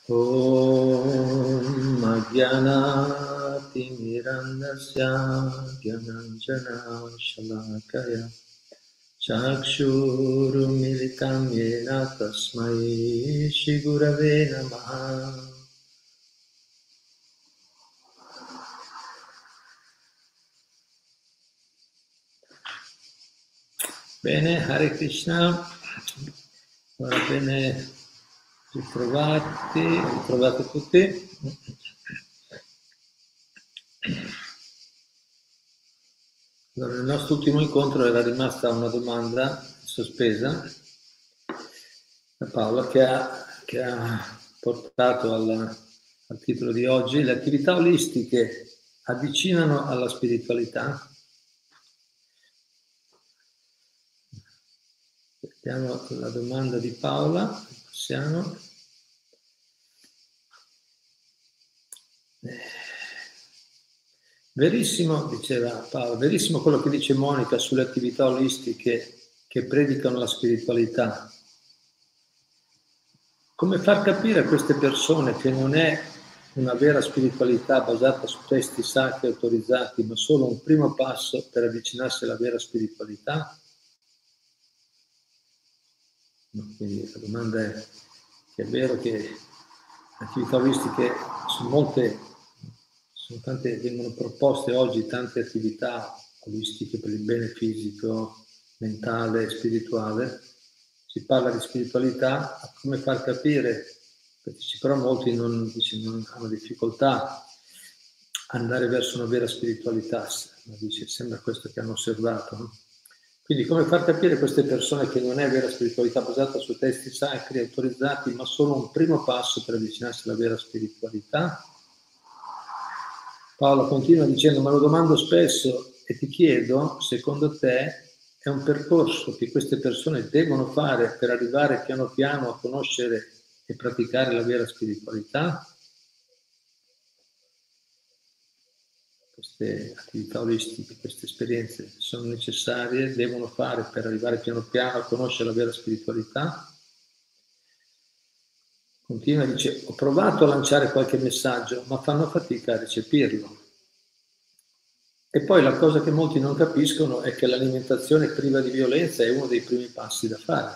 Om Ajnanaatimirandasya Gyananjana Shalakaya Chakshurumilitam Yena Tasmai Shri Gurave Namaha. Bene, Hare Krishna, allora, bene ritrovati tutti. Allora, nel nostro ultimo incontro era rimasta una domanda sospesa da Paola che ha portato al titolo di oggi: le attività olistiche avvicinano alla spiritualità? Vediamo la domanda di Paola, passiamo. Verissimo, diceva Paolo, verissimo quello che dice Monica sulle attività olistiche che predicano la spiritualità. Come far capire a queste persone che non è una vera spiritualità basata su testi sacri autorizzati, ma solo un primo passo per avvicinarsi alla vera spiritualità? No, quindi la domanda è che è vero che le attività olistiche vengono proposte oggi tante attività olistiche per il bene fisico, mentale, spirituale. Si parla di spiritualità, come far capire, perché però molti non hanno difficoltà ad andare verso una vera spiritualità, sembra questo che hanno osservato, no? Quindi come far capire a queste persone che non è vera spiritualità basata su testi sacri autorizzati, ma solo un primo passo per avvicinarsi alla vera spiritualità? Paolo continua dicendo: me lo domando spesso e ti chiedo, secondo te è un percorso che queste persone devono fare per arrivare piano piano a conoscere e praticare la vera spiritualità? Queste attività olistiche, queste esperienze sono necessarie, devono fare per arrivare piano piano a conoscere la vera spiritualità? Continua e dice: ho provato a lanciare qualche messaggio, ma fanno fatica a recepirlo. E poi la cosa che molti non capiscono è che l'alimentazione priva di violenza è uno dei primi passi da fare.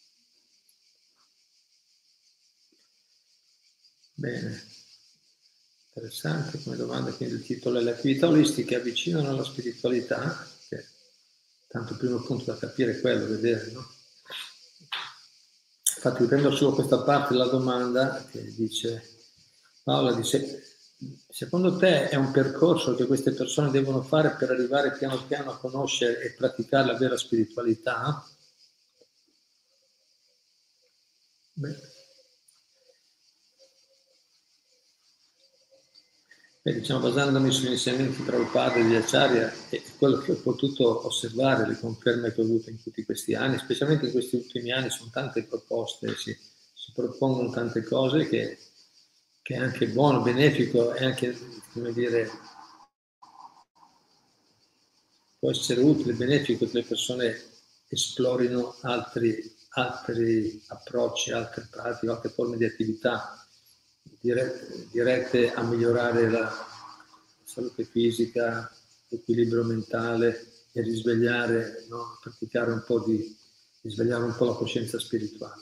Bene, interessante come domanda, quindi il titolo è: le attività olistiche avvicinano alla spiritualità, che tanto il primo punto da capire è quello, vedere, no? Infatti prendo solo questa parte della domanda che dice, Paola dice: secondo te è un percorso che queste persone devono fare per arrivare piano piano a conoscere e praticare la vera spiritualità? Beh, diciamo, basandomi sugli insegnamenti di Prabhupada e di Acharya e quello che ho potuto osservare, le conferme che ho avuto in tutti questi anni, specialmente in questi ultimi anni, sono tante proposte, si propongono tante cose che è anche buono, benefico e anche, come dire, può essere utile, benefico che le persone esplorino altri approcci, altre pratiche, altre forme di attività dirette a migliorare la salute fisica, l'equilibrio mentale e risvegliare, no? Praticare un po' risvegliare un po' la coscienza spirituale.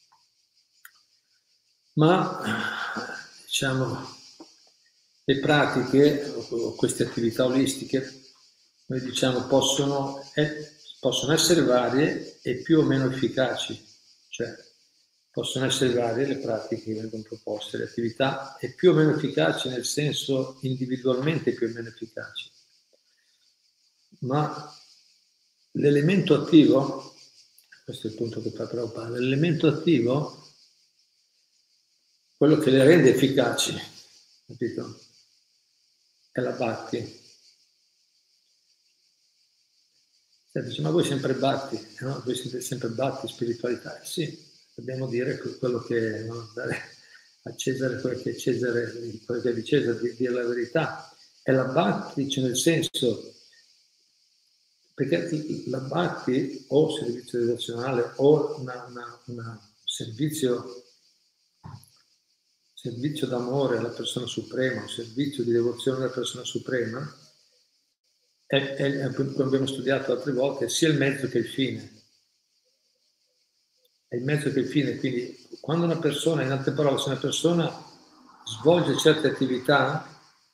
Ma diciamo, le pratiche o queste attività olistiche, noi diciamo, possono essere varie e più o meno efficaci, cioè possono essere varie le pratiche che vengono proposte, le attività, e più o meno efficaci nel senso individualmente più o meno efficaci. Ma l'elemento attivo, questo è il punto che fa Prabhupada, l'elemento attivo, quello che le rende efficaci, capito? È la bhakti. Dice, ma voi sempre bhakti, no? Voi siete sempre bhakti, spiritualità. Sì, dobbiamo dire quello che, no? Dare a Cesare quello che è Cesare, quello che è di Cesare, di dire la verità. È la bhakti, cioè nel senso, perché la bhakti o servizio devozionale o un servizio servizio d'amore alla persona suprema, un servizio di devozione alla persona suprema, come abbiamo studiato altre volte, sia il mezzo che il fine. È il mezzo che il fine, quindi quando una persona, in altre parole, se una persona svolge certe attività,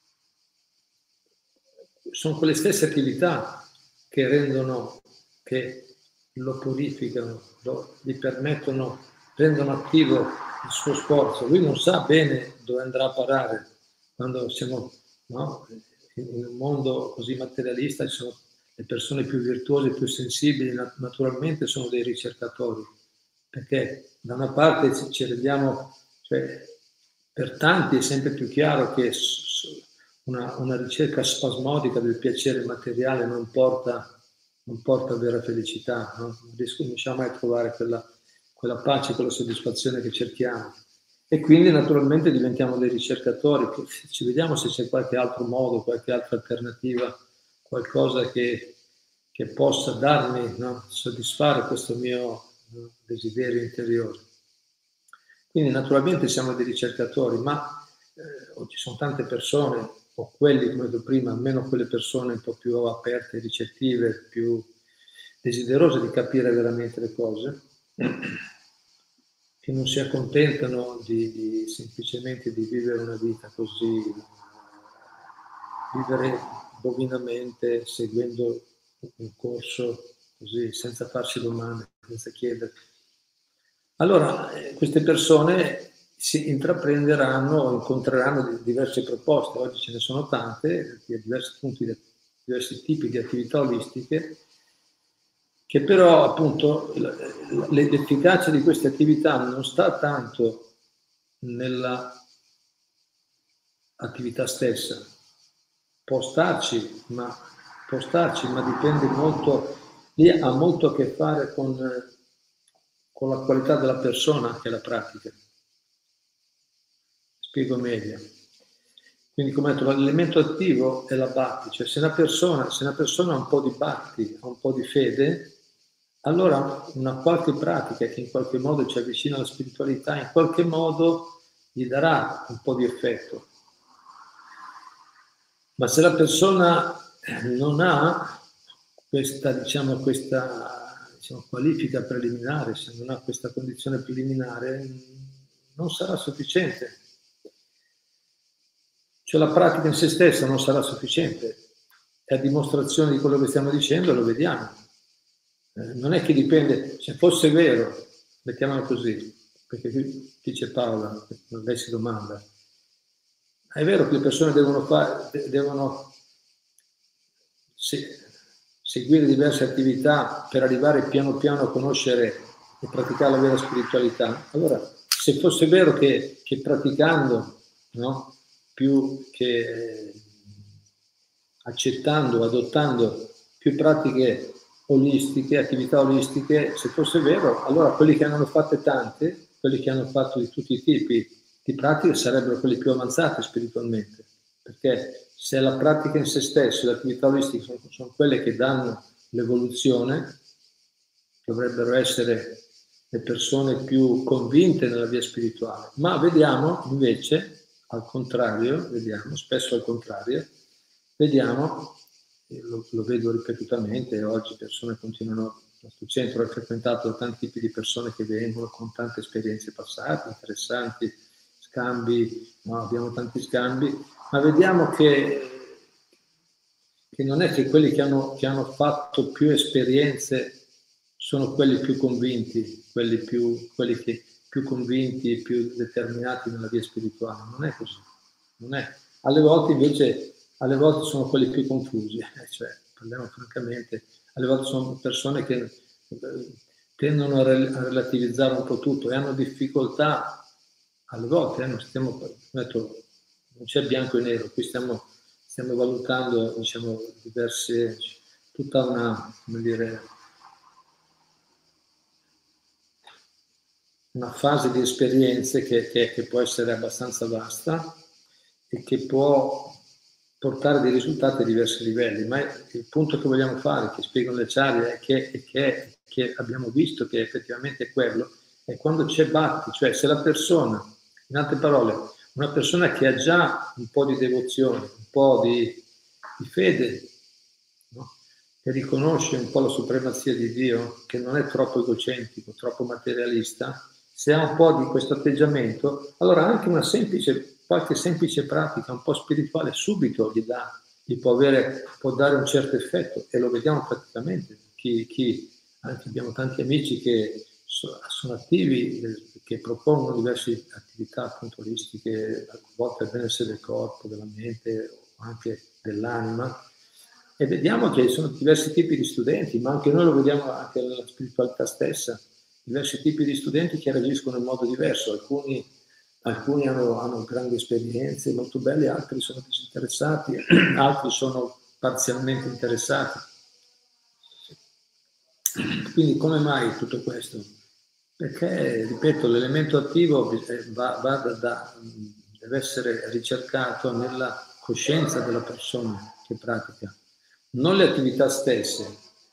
sono quelle stesse attività che rendono, che lo purificano, gli permettono, rendono attivo il suo sforzo. Lui non sa bene dove andrà a parare quando siamo, no, in un mondo così materialista. Ci sono le persone più virtuose, più sensibili, naturalmente sono dei ricercatori, perché da una parte ci rendiamo, cioè, per tanti è sempre più chiaro che una ricerca spasmodica del piacere materiale non porta a vera felicità, no? Non riusciamo mai a trovare quella pace, quella soddisfazione che cerchiamo. E quindi naturalmente diventiamo dei ricercatori, ci vediamo se c'è qualche altro modo, qualche altra alternativa, qualcosa che possa darmi, no? Soddisfare questo mio desiderio interiore. Quindi naturalmente siamo dei ricercatori, ma ci sono tante persone, o quelli, come ho detto prima, almeno quelle persone un po' più aperte, ricettive, più desiderose di capire veramente le cose, che non si accontentano semplicemente di vivere una vita così, vivere bovinamente, seguendo un corso così, senza farsi domande, senza chiedere. Allora, queste persone si intraprenderanno, incontreranno diverse proposte, oggi ce ne sono tante, di diversi tipi di attività olistiche, che però appunto l'efficacia di queste attività non sta tanto nella attività stessa, può starci, ma dipende molto, lì ha molto a che fare con la qualità della persona che la pratica. Spiego meglio. Quindi, come ho detto, l'elemento attivo è la bhakti, cioè se una persona ha un po' di bhakti, ha un po' di fede, allora una qualche pratica che in qualche modo ci avvicina alla spiritualità, in qualche modo gli darà un po' di effetto. Ma se la persona non ha questa qualifica preliminare, se non ha questa condizione preliminare, non sarà sufficiente. Cioè la pratica in se stessa non sarà sufficiente. È a dimostrazione di quello che stiamo dicendo, lo vediamo. Non è che dipende, se fosse vero, mettiamolo così, perché qui dice Paola, lei si domanda, è vero che le persone devono seguire diverse attività per arrivare piano piano a conoscere e praticare la vera spiritualità. Allora, se fosse vero che praticando, no, più che accettando, adottando più pratiche olistiche, attività olistiche, se fosse vero, allora quelli che hanno fatte tante, quelli che hanno fatto di tutti i tipi di pratiche sarebbero quelli più avanzati spiritualmente, perché se la pratica in se stesso, le attività olistiche sono quelle che danno l'evoluzione, dovrebbero essere le persone più convinte nella via spirituale. Ma vediamo invece, al contrario, spesso al contrario, vediamo, lo vedo ripetutamente, oggi persone continuano, il nostro centro è frequentato da tanti tipi di persone che vengono con tante esperienze passate, interessanti, scambi, no, abbiamo tanti scambi, ma vediamo che non è che quelli che hanno fatto più esperienze sono quelli più convinti, quelli che più convinti e più determinati nella via spirituale. Non è così. Non è. Alle volte sono quelli più confusi, cioè, parliamo francamente, alle volte sono persone che tendono a relativizzare un po' tutto e hanno difficoltà, alle volte, non c'è bianco e nero, qui stiamo valutando, diciamo, tutta una fase di esperienze che può essere abbastanza vasta e che può portare dei risultati a diversi livelli, ma il punto che vogliamo fare, che spiegano le acciarie, che abbiamo visto che effettivamente è quello, è quando c'è bhakti, cioè se la persona, in altre parole, una persona che ha già un po' di devozione, un po' di fede, no? Che riconosce un po' la supremazia di Dio, che non è troppo egocentrico, troppo materialista, se ha un po' di questo atteggiamento, allora anche qualche semplice pratica un po' spirituale subito gli può dare un certo effetto, e lo vediamo praticamente. Anche abbiamo tanti amici che sono attivi, che propongono diverse attività appunto olistiche, a volte al benessere del corpo, della mente o anche dell'anima, e vediamo che sono diversi tipi di studenti, ma anche noi lo vediamo anche nella spiritualità stessa, diversi tipi di studenti che reagiscono in modo diverso. Alcuni hanno grandi esperienze molto belle, altri sono disinteressati, altri sono parzialmente interessati. Quindi come mai tutto questo? Perché, ripeto, l'elemento attivo deve essere ricercato nella coscienza della persona che pratica, non le attività stesse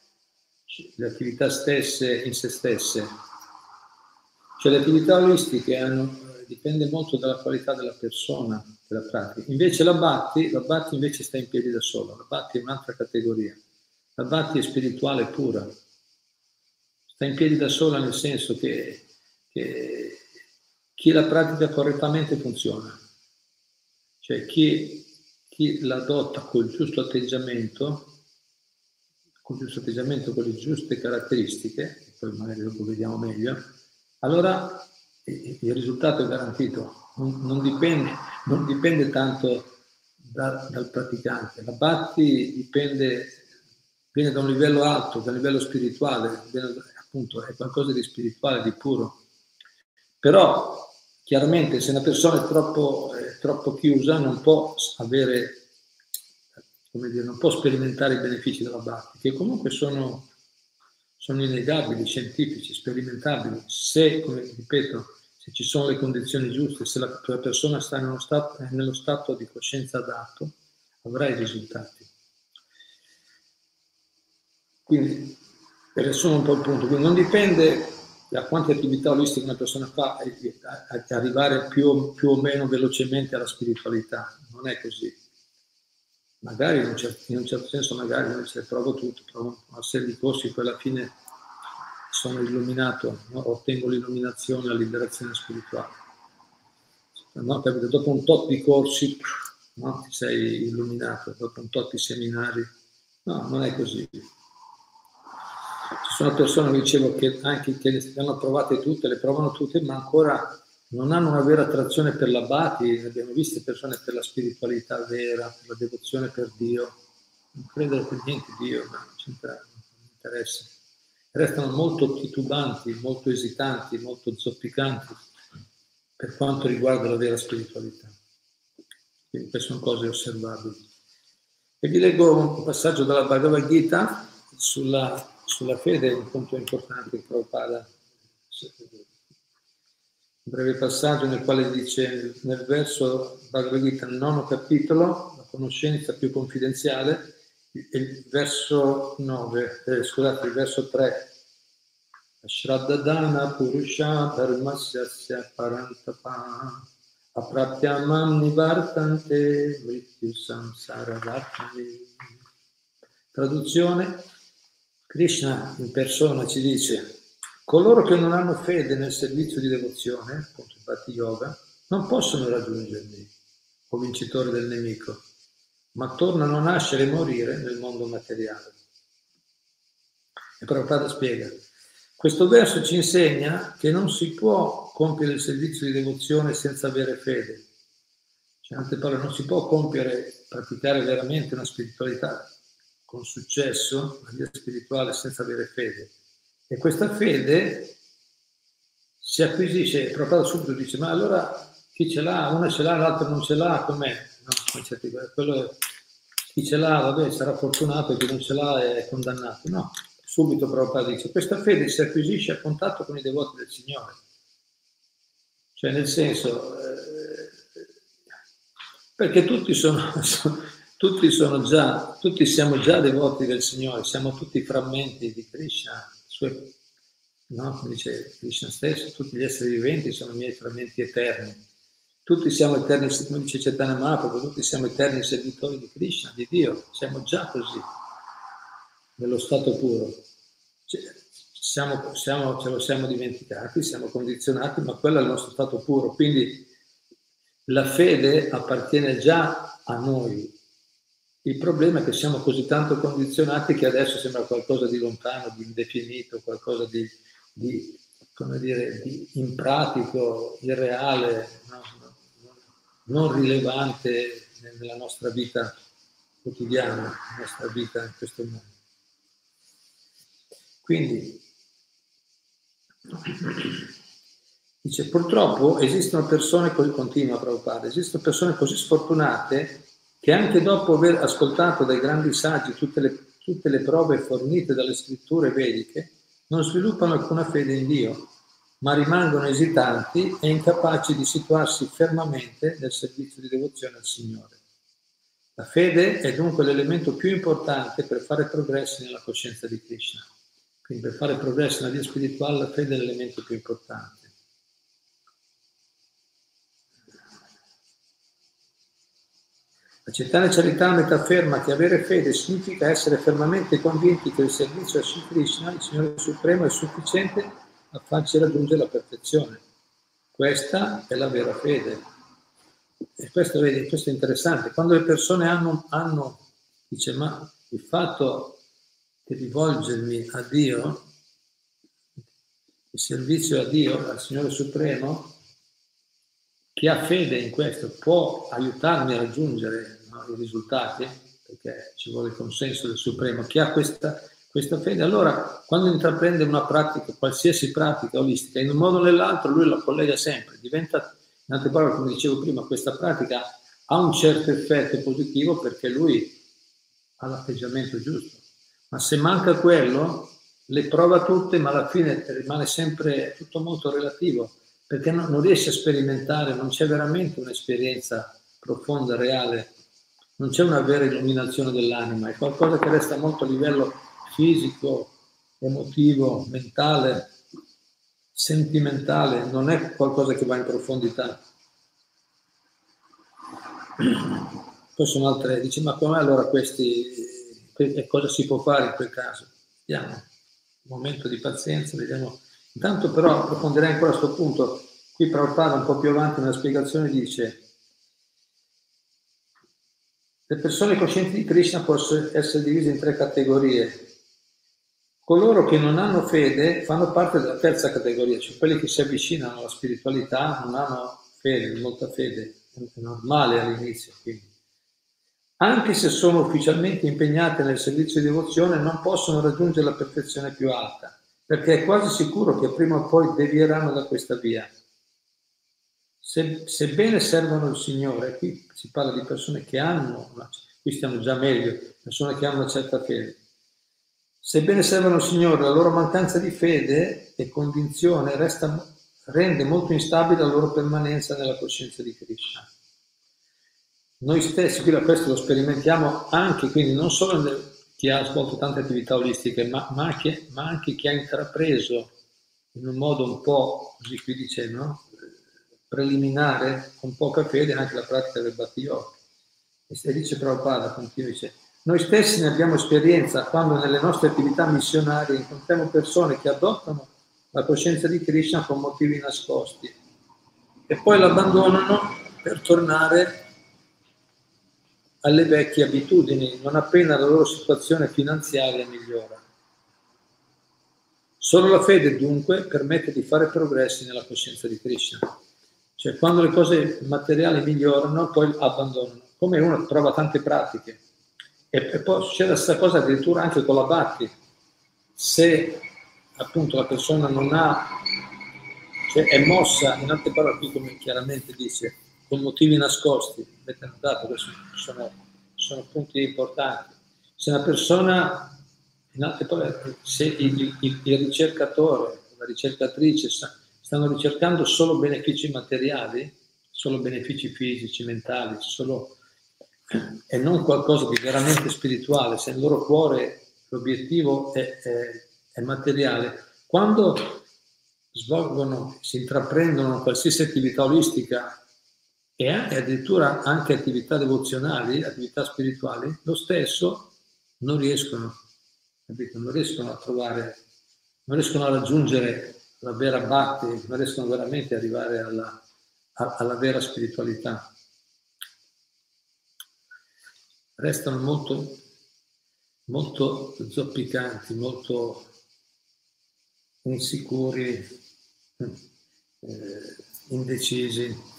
in se stesse. Cioè le attività olistiche dipende molto dalla qualità della persona che la pratica. Invece la Bhakti invece sta in piedi da sola. La Bhakti è un'altra categoria. La Bhakti è spirituale pura. Sta in piedi da sola nel senso che chi la pratica correttamente funziona. Cioè chi la adotta col giusto atteggiamento, con le giuste caratteristiche, che poi magari dopo vediamo meglio, allora il risultato è garantito. Non dipende tanto dal praticante. La Bhakti viene da un livello alto, da un livello spirituale, appunto è qualcosa di spirituale, di puro. Però chiaramente se una persona è troppo chiusa non può non può sperimentare i benefici della Bhakti, che comunque sono innegabili, scientifici, sperimentabili, se, come ripeto, se ci sono le condizioni giuste, se la persona sta nello stato di coscienza adatto, avrà i risultati. Quindi, per riassumere un po' il punto, quindi non dipende da quante attività olistiche una persona fa a arrivare più o meno velocemente alla spiritualità, non è così. Magari in un certo senso magari se provo tutto, provo una serie di corsi, poi alla fine sono illuminato, no? Ottengo l'illuminazione, la liberazione spirituale. No, capito? Dopo un tot di corsi, no? Ti sei illuminato, dopo un tot di seminari. No, non è così. Ci sono persone, dicevo, che anche che le hanno provate tutte, le provano tutte, ma ancora non hanno una vera attrazione per la Bhakti. Abbiamo visto persone per la spiritualità vera, per la devozione per Dio, non credono per niente Dio, ma non interessa. Restano molto titubanti, molto esitanti, molto zoppicanti per quanto riguarda la vera spiritualità. Quindi queste sono cose osservabili. E vi leggo un passaggio dalla Bhagavad Gita sulla fede, un punto importante in Prabhupada. Un breve passaggio nel quale dice, nel verso Bhagavad Gita, nono capitolo, la conoscenza più confidenziale, il verso 3. Shraddadana Purusha Dharmasya Parantapa Aprapyamam Nivartante Mrityu Samsara Vatani. Traduzione: Krishna in persona ci dice: coloro che non hanno fede nel servizio di devozione, appunto il Bhakti Yoga, non possono raggiungermi, o vincitori del nemico, ma tornano a nascere e morire nel mondo materiale. E Prabhupada spiega: questo verso ci insegna che non si può compiere il servizio di devozione senza avere fede. Cioè, in altre parole, non si può praticare veramente una spiritualità con successo, una via spirituale, senza avere fede. E questa fede si acquisisce, Prabhupada subito dice, ma allora chi ce l'ha? Una ce l'ha, l'altra non ce l'ha, com'è? No, chi ce l'ha, vabbè, sarà fortunato, chi non ce l'ha è condannato. No, subito Prabhupada dice, questa fede si acquisisce a contatto con i devoti del Signore. Cioè nel senso, perché tutti siamo già devoti del Signore, siamo tutti frammenti di Krishna, no? Come dice Krishna stesso, tutti gli esseri viventi sono i miei frammenti eterni. tutti siamo eterni, come dice Chaitanya Mahaprabhu, tutti siamo eterni servitori di Krishna, di Dio, siamo già così, nello stato puro. Ce lo siamo dimenticati, siamo condizionati, ma quello è il nostro stato puro. Quindi la fede appartiene già a noi. Il problema è che siamo così tanto condizionati che adesso sembra qualcosa di lontano, di indefinito, qualcosa di come dire, di impratico, irreale, non rilevante nella nostra vita quotidiana, nella nostra vita in questo mondo. Quindi, dice, purtroppo esistono persone, così continua Prabhupada, esistono persone così sfortunate che anche dopo aver ascoltato dai grandi saggi tutte le prove fornite dalle scritture vediche, non sviluppano alcuna fede in Dio, ma rimangono esitanti e incapaci di situarsi fermamente nel servizio di devozione al Signore. La fede è dunque l'elemento più importante per fare progressi nella coscienza di Krishna. Quindi per fare progressi nella via spirituale la fede è l'elemento più importante. La Chaitanya Charitamrita afferma che avere fede significa essere fermamente convinti che il servizio a Sri Krishna, il Signore Supremo, è sufficiente a farci raggiungere la perfezione. Questa è la vera fede. E questo, vedi, questo è interessante. Quando le persone dice, ma il fatto di rivolgermi a Dio, il servizio a Dio, al Signore Supremo, chi ha fede in questo può aiutarmi a raggiungere i risultati, perché ci vuole il consenso del Supremo. Chi ha questa fede, allora quando intraprende una pratica, qualsiasi pratica olistica, in un modo o nell'altro lui la collega sempre, diventa, in altre parole, come dicevo prima, questa pratica ha un certo effetto positivo perché lui ha l'atteggiamento giusto, ma se manca quello, le prova tutte, ma alla fine rimane sempre tutto molto relativo, perché non riesce a sperimentare, non c'è veramente un'esperienza profonda, reale, non c'è una vera illuminazione dell'anima, è qualcosa che resta molto a livello fisico, emotivo, mentale, sentimentale, non è qualcosa che va in profondità. Poi sono altre, dice, ma come allora cosa si può fare in quel caso? Vediamo, un momento di pazienza, vediamo. Intanto però approfondirei ancora a questo punto. Qui Prabhupada un po' più avanti nella spiegazione dice: le persone coscienti di Krishna possono essere divise in 3 categorie. Coloro che non hanno fede fanno parte della terza categoria, cioè quelli che si avvicinano alla spiritualità non hanno fede, molta fede, è normale all'inizio. Quindi. Anche se sono ufficialmente impegnate nel servizio di devozione, non possono raggiungere la perfezione più alta, perché è quasi sicuro che prima o poi devieranno da questa via. Sebbene servono il Signore, qui si parla di persone che hanno, qui stiamo già meglio, persone che hanno una certa fede. Sebbene servono il Signore, la loro mancanza di fede e convinzione rende molto instabile la loro permanenza nella coscienza di Krishna. Noi stessi, qui da questo lo sperimentiamo anche, quindi non solo chi ha svolto tante attività olistiche, ma anche chi ha intrapreso in un modo un po', così qui dice, no? Preliminare, con poca fede, anche la pratica del Bhakti Yoga. E dice Prabhupada, continua, dice, noi stessi ne abbiamo esperienza quando nelle nostre attività missionarie incontriamo persone che adottano la coscienza di Krishna con motivi nascosti e poi l'abbandonano per tornare alle vecchie abitudini, non appena la loro situazione finanziaria migliora. Solo la fede, dunque, permette di fare progressi nella coscienza di Krishna. Cioè, quando le cose materiali migliorano, poi abbandonano. Come uno trova tante pratiche. E poi succede la stessa cosa addirittura anche con la Bhakti. Se, appunto, la persona non ha, cioè è mossa, in altre parole, qui come chiaramente dice, con motivi nascosti, avete notato, questi sono punti importanti. Se una persona, in altre parole, se il ricercatore, la ricercatrice stanno ricercando solo benefici materiali, solo benefici fisici, mentali, e non qualcosa di veramente spirituale, se nel loro cuore l'obiettivo è materiale, quando svolgono, si intraprendono qualsiasi attività olistica e addirittura anche attività devozionali, attività spirituali, lo stesso non riescono, capito? Non riescono a trovare, non riescono a raggiungere la vera bhakti, non riescono veramente ad arrivare alla vera spiritualità. Restano molto, molto zoppicanti, molto insicuri, indecisi.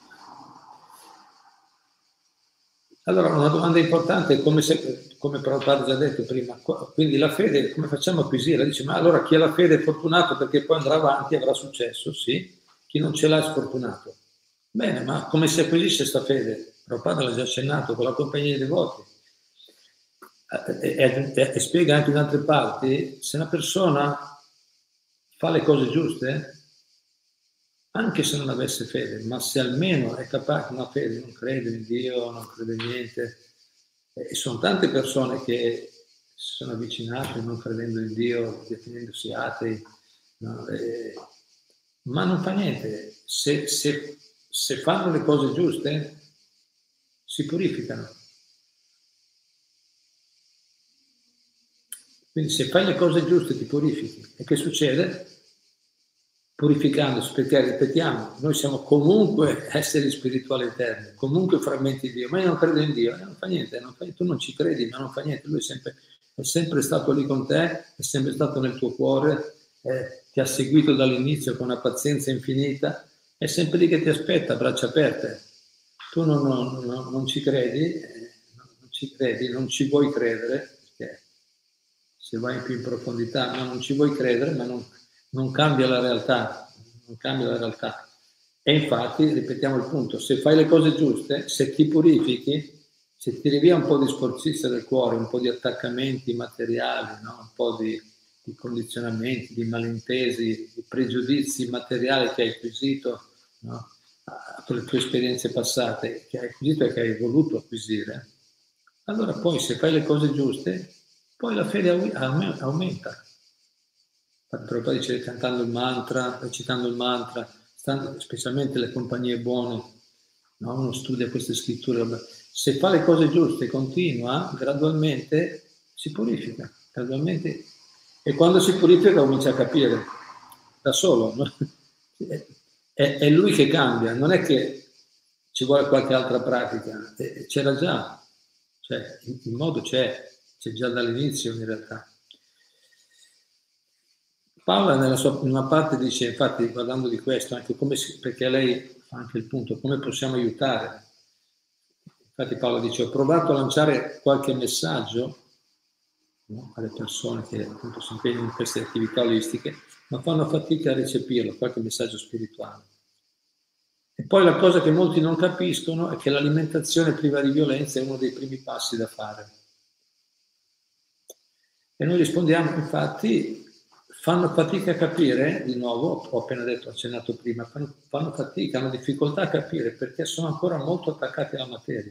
Allora, una domanda importante è come Prabhupada ha già detto prima, quindi la fede, come facciamo a acquisirla? Dice, ma allora chi ha la fede è fortunato perché poi andrà avanti e avrà successo? Sì. Chi non ce l'ha è sfortunato. Bene, ma come si acquisisce questa fede? Prabhupada l'ha già accennato con la compagnia dei devoti. E spiega anche in altre parti, se una persona fa le cose giuste, anche se non avesse fede, ma se almeno è capace, una fede, non crede in Dio, non crede in niente, e sono tante persone che si sono avvicinate non credendo in Dio, definendosi atei, no? Ma non fa niente, se fanno le cose giuste si purificano. Quindi se fai le cose giuste ti purifichi. E che succede? Purificandosi, perché ripetiamo, noi siamo comunque esseri spirituali eterni, comunque frammenti di Dio, ma io non credo in Dio, non fa niente, tu non ci credi, ma non fa niente, lui è sempre stato lì con te, è sempre stato nel tuo cuore, ti ha seguito dall'inizio con una pazienza infinita, è sempre lì che ti aspetta, a braccia aperte. Tu non ci credi, non ci vuoi credere, perché se vai più in profondità, non ci vuoi credere, ma non cambia la realtà, non cambia la realtà. E infatti, ripetiamo il punto, se fai le cose giuste, se ti purifichi, se tiri via un po' di sporcizia del cuore, un po' di attaccamenti materiali, no? Un po' di condizionamenti, di malintesi, di pregiudizi materiali che hai acquisito, no? Per le tue esperienze passate, che hai acquisito e che hai voluto acquisire, allora poi se fai le cose giuste, poi la fede aumenta. Prabhupada dice cantando il mantra, recitando il mantra, specialmente le compagnie buone, no? Uno studia queste scritture, se fa le cose giuste, continua, gradualmente si purifica, gradualmente, e quando si purifica comincia a capire da solo, no? È lui che cambia, non è che ci vuole qualche altra pratica, c'era già, cioè il modo c'è già dall'inizio in realtà. Paola in una parte dice, infatti parlando di questo, anche perché lei fa anche il punto, come possiamo aiutare. Infatti Paola dice, ho provato a lanciare qualche messaggio, no, alle persone che appunto si impegnano in queste attività olistiche, ma fanno fatica a recepirlo, qualche messaggio spirituale. E poi la cosa che molti non capiscono è che l'alimentazione priva di violenza è uno dei primi passi da fare. E noi rispondiamo, infatti, fanno fatica a capire, di nuovo, ho appena detto, ho accennato prima, fanno fatica, hanno difficoltà a capire perché sono ancora molto attaccati alla materia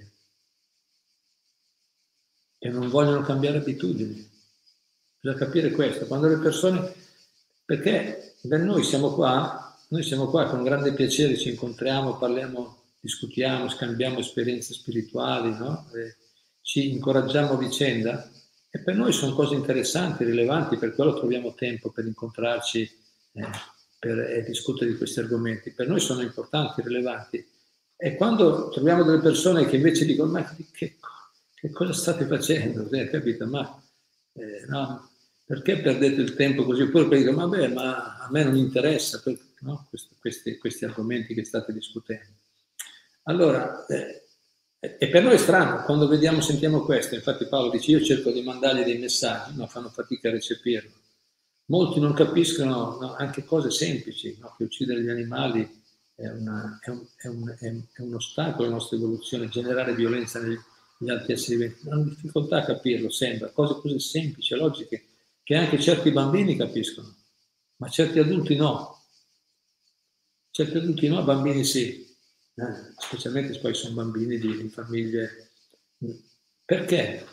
e non vogliono cambiare abitudini. Bisogna capire questo, quando le persone, perché noi siamo qua con grande piacere, ci incontriamo, parliamo, discutiamo, scambiamo esperienze spirituali, no? Ci incoraggiamo a vicenda. E per noi sono cose interessanti, rilevanti, per quello troviamo tempo per incontrarci, per discutere di questi argomenti. Per noi sono importanti, rilevanti. E quando troviamo delle persone che invece dicono, ma che cosa state facendo? Capito? Ma no, perché perdete il tempo così? Oppure perché dicono, vabbè, ma a me non interessa, no? questi argomenti che state discutendo. Allora, e per noi è strano, quando vediamo, sentiamo questo, infatti Paolo dice, io cerco di mandargli dei messaggi, ma fanno fatica a recepirlo. Molti non capiscono, no, anche cose semplici, no? Che uccidere gli animali è un ostacolo alla nostra evoluzione, generare violenza negli altri esseri viventi. Hanno difficoltà a capirlo, sembra, cose così semplici, logiche, che anche certi bambini capiscono, ma certi adulti no. Certi adulti no, bambini sì. Specialmente poi sono bambini di famiglie. Perché?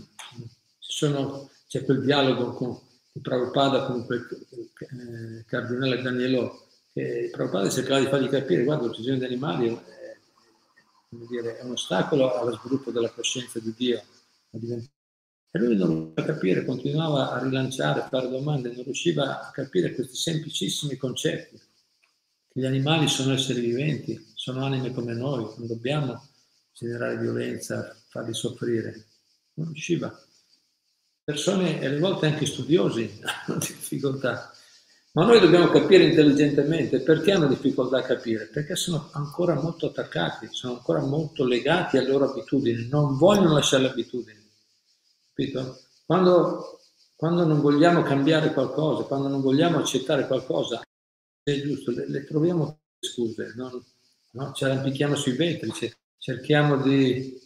C'è quel dialogo di Prabhupada con quel cardinale Danielò, che Prabhupada cercava di fargli capire, guarda, l'uccisione di animali come dire, è un ostacolo allo sviluppo della coscienza di Dio. E lui non riusciva a capire, continuava a rilanciare, a fare domande, non riusciva a capire questi semplicissimi concetti. Che gli animali sono esseri viventi, sono anime come noi, non dobbiamo generare violenza, farli soffrire. Non riusciva. Persone, e alle volte anche studiosi, hanno difficoltà. Ma noi dobbiamo capire intelligentemente perché hanno difficoltà a capire, perché sono ancora molto attaccati, sono ancora molto legati alle loro abitudini, non vogliono lasciare le abitudini, capito? Quando non vogliamo cambiare qualcosa, quando non vogliamo accettare qualcosa, è giusto, le troviamo scuse, no? Ci arrampichiamo sui vetri, cerchiamo di...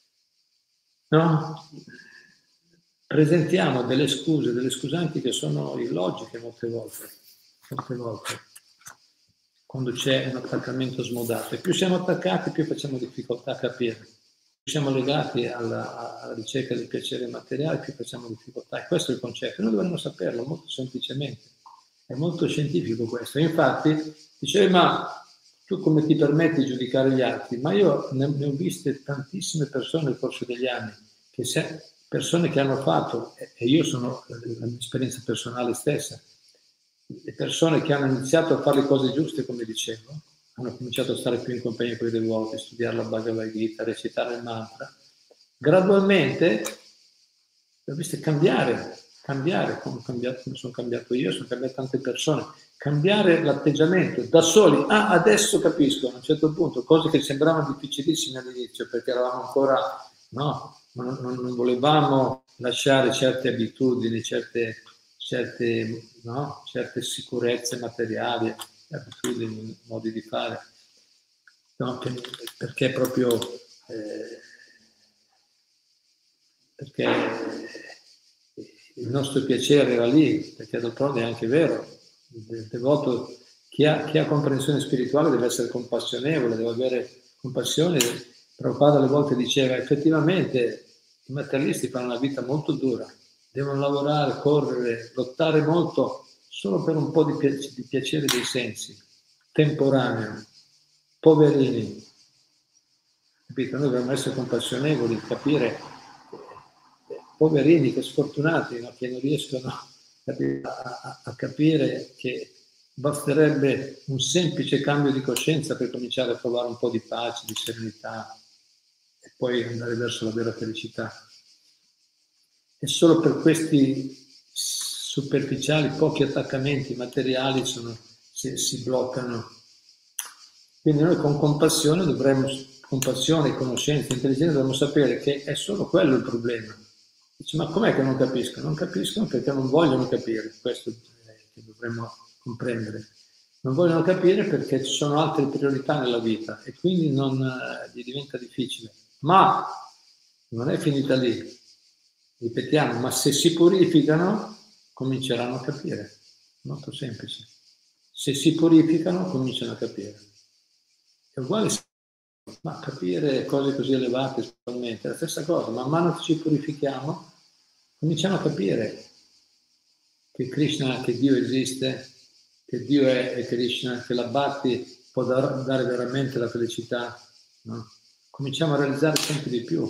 No? Presentiamo delle scuse, delle scusanti che sono illogiche molte volte, quando c'è un attaccamento smodato. E più siamo attaccati, più facciamo difficoltà a capire. Più siamo legati alla ricerca del piacere materiale, più facciamo difficoltà. E questo è il concetto. Noi dovremmo saperlo molto semplicemente. È molto scientifico questo. Infatti, dicevi, ma tu come ti permetti di giudicare gli altri? Ma io ne ho viste tantissime persone nel corso degli anni, persone che hanno fatto, e io sono la mia esperienza personale stessa, le persone che hanno iniziato a fare le cose giuste, come dicevo, hanno cominciato a stare più in compagnia con i devoti, studiare la Bhagavad Gita, recitare il mantra, gradualmente le ho viste cambiare, come sono cambiato io, sono cambiate tante persone, cambiare l'atteggiamento da soli. Ah, adesso capisco, a un certo punto, cose che sembravano difficilissime all'inizio, perché eravamo ancora, no, non volevamo lasciare certe abitudini, certe sicurezze materiali, abitudini, modi di fare, no, perché proprio perché il nostro piacere era lì, perché d'altronde è anche vero, il devoto, chi ha comprensione spirituale deve essere compassionevole, deve avere compassione. Prabhupada alle volte diceva, effettivamente i materialisti fanno una vita molto dura, devono lavorare, correre, lottare molto solo per un po' di piacere dei sensi, temporaneo, poverini. Capito? Noi dobbiamo essere compassionevoli, capire, poverini, che sfortunati, no? Che non riescono a capire che basterebbe un semplice cambio di coscienza per cominciare a trovare un po' di pace, di serenità e poi andare verso la vera felicità. E solo per questi superficiali, pochi attaccamenti materiali si bloccano. Quindi noi con compassione compassione, conoscenza, intelligenza, dobbiamo sapere che è solo quello il problema. Dice, ma com'è che non capiscono? Non capiscono perché non vogliono capire, questo che dovremmo comprendere. Non vogliono capire perché ci sono altre priorità nella vita e quindi gli diventa difficile. Ma non è finita lì. Ripetiamo, ma se si purificano, cominceranno a capire. Molto semplice. Se si purificano, cominciano a capire. È uguale, ma capire cose così elevate spiritualmente è la stessa cosa. Man mano che ci purifichiamo, cominciamo a capire che Krishna, che Dio esiste, che Dio è Krishna, che la Bhakti può dare veramente la felicità. No? Cominciamo a realizzare sempre di più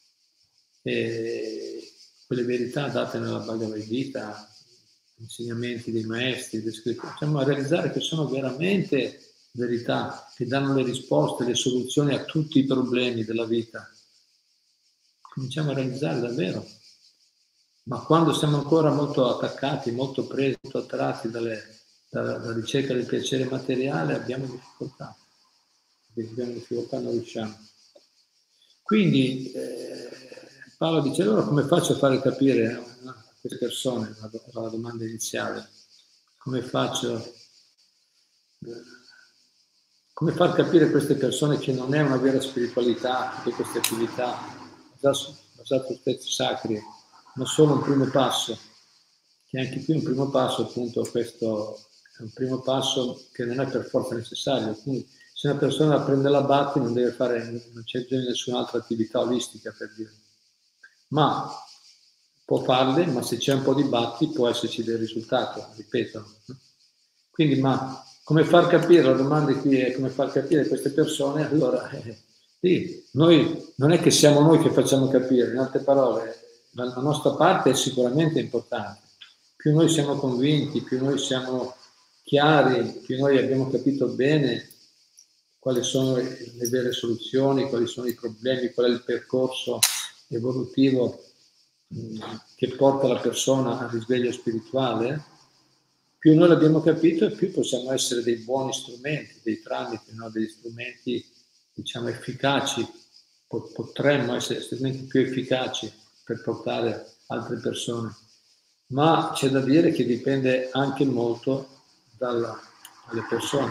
quelle verità date nella Bhagavad Gita, insegnamenti dei maestri, dei scrittori. Cominciamo a realizzare che sono veramente verità, che danno le risposte, le soluzioni a tutti i problemi della vita. Cominciamo a realizzare davvero. Ma quando siamo ancora molto attaccati, molto presi, molto attratti dalla ricerca del piacere materiale, abbiamo difficoltà. Non riusciamo. Quindi Paolo dice, allora come faccio a fare capire a queste persone, la domanda iniziale, come far capire a queste persone che non è una vera spiritualità, tutte queste attività basate su testi sacri, ma solo un primo passo, che anche qui un primo passo, appunto, questo è un primo passo che non è per forza necessario. Quindi, se una persona prende la Bhakti non c'è bisogno di nessun'altra attività olistica, per dire. Ma può farle, ma se c'è un po' di Bhakti può esserci del risultato, ripeto. Quindi, ma come far capire, la domanda qui è come far capire a queste persone, allora Sì, noi non è che siamo noi che facciamo capire, in altre parole, la nostra parte è sicuramente importante. Più noi siamo convinti, più noi siamo chiari, più noi abbiamo capito bene quali sono le vere soluzioni, quali sono i problemi, qual è il percorso evolutivo che porta la persona al risveglio spirituale, più noi l'abbiamo capito e più possiamo essere dei buoni strumenti, dei tramiti, no? Degli strumenti, diciamo, efficaci, potremmo essere strumenti più efficaci per portare altre persone. Ma c'è da dire che dipende anche molto dalle persone.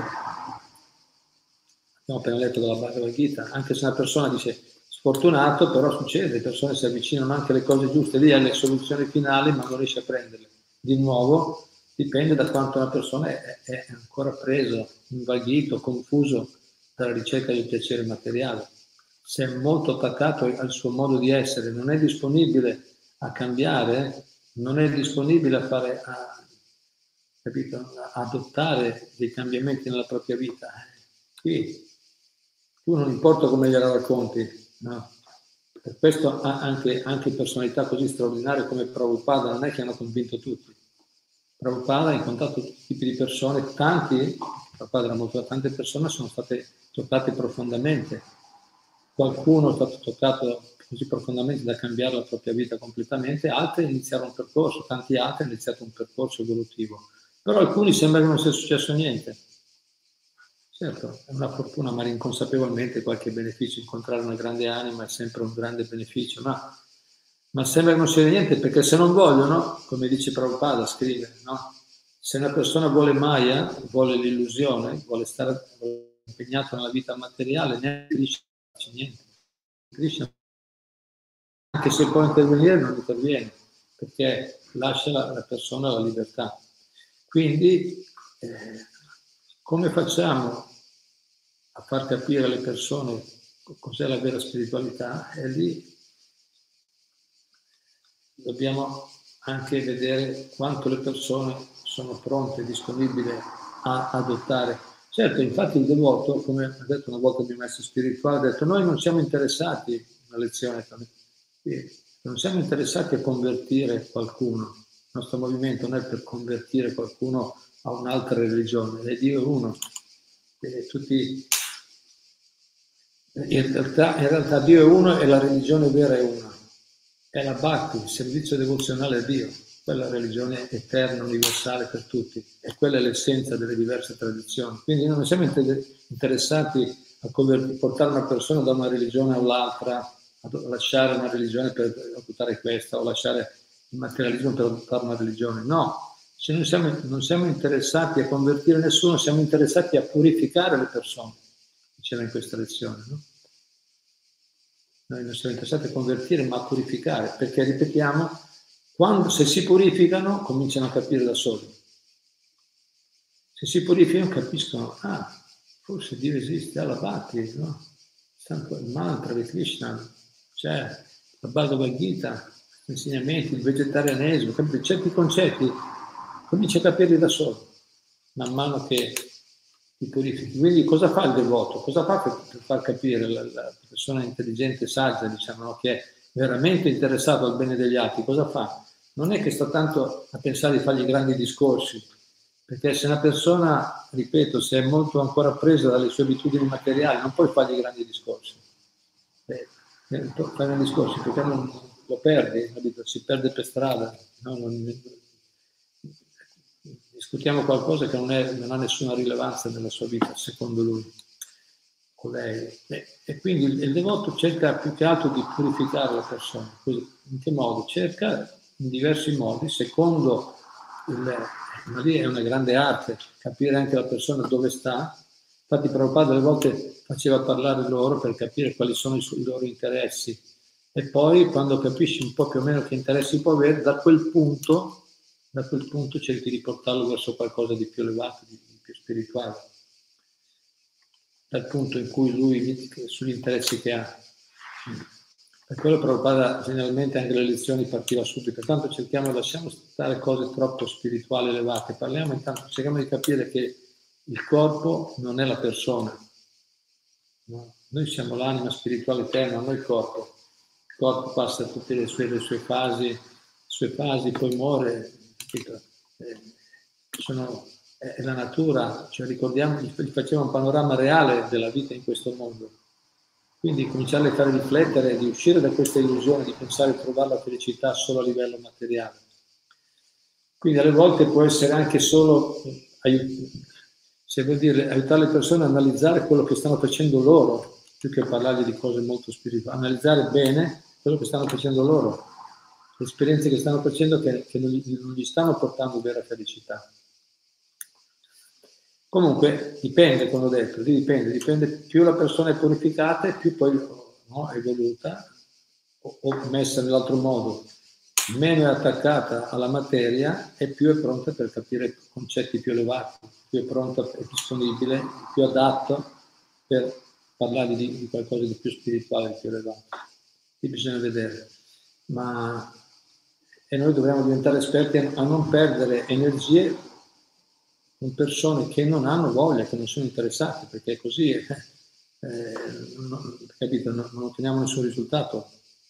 Abbiamo appena letto dalla Bhagavad Gita, anche se una persona dice sfortunato, però succede, le persone si avvicinano anche alle cose giuste, lì alle soluzioni finali, ma non riesce a prenderle. Di nuovo, dipende da quanto una persona è ancora preso, invaghito, confuso dalla ricerca del piacere materiale. Se è molto attaccato al suo modo di essere, non è disponibile a cambiare, non è disponibile a fare, capito? A adottare dei cambiamenti nella propria vita. Qui tu non importa come gliela racconti, no? Per questo anche personalità così straordinarie come Prabhupada non è che hanno convinto tutti. Prabhupada ha incontrato tutti i tipi di persone, Prabhupada era molto, tante persone sono state toccate profondamente. Qualcuno è stato toccato così profondamente da cambiare la propria vita completamente, altri iniziarono un percorso, tanti altri hanno iniziato un percorso evolutivo. Però alcuni sembra che non sia successo niente. Certo, è una fortuna, ma inconsapevolmente qualche beneficio, incontrare una grande anima è sempre un grande beneficio, ma sembra che non sia niente, perché se non vogliono, come dice Prabhupada, scrive, no? Se una persona vuole Maya, vuole l'illusione, vuole stare impegnato nella vita materiale, neanche Krishna non c'è niente. Krishna, anche se può intervenire, non interviene, perché lascia la persona la libertà. Quindi, come facciamo a far capire alle persone cos'è la vera spiritualità? E lì dobbiamo anche vedere quanto le persone sono pronte, disponibili a adottare. Certo, infatti il devoto, come ha detto una volta il mio maestro spirituale, ha detto noi non siamo interessati, una lezione, non siamo interessati a convertire qualcuno, il nostro movimento non è per convertire qualcuno a un'altra religione, è Dio è uno. Tutti, in realtà Dio è uno e la religione vera è una. È la Bhakti, il servizio devozionale a Dio, quella religione eterna, universale per tutti, e quella è l'essenza delle diverse tradizioni. Quindi noi non siamo interessati a portare una persona da una religione all'altra, a lasciare una religione per adottare questa, o lasciare il materialismo per adottare una religione. No, non siamo interessati a convertire nessuno, siamo interessati a purificare le persone, diceva in questa lezione, no? Noi non siamo interessati a convertire, ma a purificare, perché, ripetiamo, se si purificano, cominciano a capire da soli. Se si purificano, capiscono, forse Dio esiste, la Bhakti, no? Il mantra di Krishna, c'è la Bhagavad Gita, gli insegnamenti, il vegetarianesimo, certi concetti, comincia a capirli da soli, man mano che ti purifichi. Quindi cosa fa il devoto? Cosa fa per far capire la persona intelligente, saggia, diciamo, no? Che è veramente interessato al bene degli altri? Cosa fa? Non è che sta tanto a pensare di fargli grandi discorsi, perché se una persona, ripeto, se è molto ancora presa dalle sue abitudini materiali, non puoi fargli grandi discorsi. Fai grandi discorsi perché lo perdi, si perde per strada. No? Discutiamo qualcosa che non ha nessuna rilevanza nella sua vita, secondo lui o lei. E quindi il devoto cerca più che altro di purificare la persona. In che modo? Cerca in diversi modi, secondo ma lì è una grande arte, capire anche la persona dove sta. Infatti Prabhupada alle volte faceva parlare loro per capire quali sono i loro interessi. E poi quando capisci un po' più o meno che interessi può avere, da quel punto cerchi di portarlo verso qualcosa di più elevato, di più spirituale. Dal punto in cui lui, sugli interessi che ha. Per quello Prabhupada generalmente anche le lezioni partiva subito, intanto lasciamo stare cose troppo spirituali elevate, cerchiamo di capire che il corpo non è la persona, no? noi siamo l'anima spirituale eterna, non il corpo. Il corpo passa tutte le sue fasi, poi muore, capito? È la natura, cioè ricordiamo, gli faceva un panorama reale della vita in questo mondo. Quindi cominciare a fare riflettere, di uscire da questa illusione di pensare di trovare la felicità solo a livello materiale. Quindi alle volte può essere anche solo, se vuol dire, aiutare le persone a analizzare quello che stanno facendo loro, più che parlargli di cose molto spirituali, analizzare bene quello che stanno facendo loro, le esperienze che stanno facendo che non gli stanno portando vera felicità. Comunque dipende, come ho detto, dipende, più la persona è purificata e più poi è evoluta o messa nell'altro modo, meno è attaccata alla materia e più è pronta per capire concetti più elevati, più è pronta, è disponibile, più adatto per parlare di qualcosa di più spirituale, di più elevato. Qui bisogna vedere. E noi dobbiamo diventare esperti a non perdere energie con persone che non hanno voglia, che non sono interessate, perché così, capito, non otteniamo nessun risultato.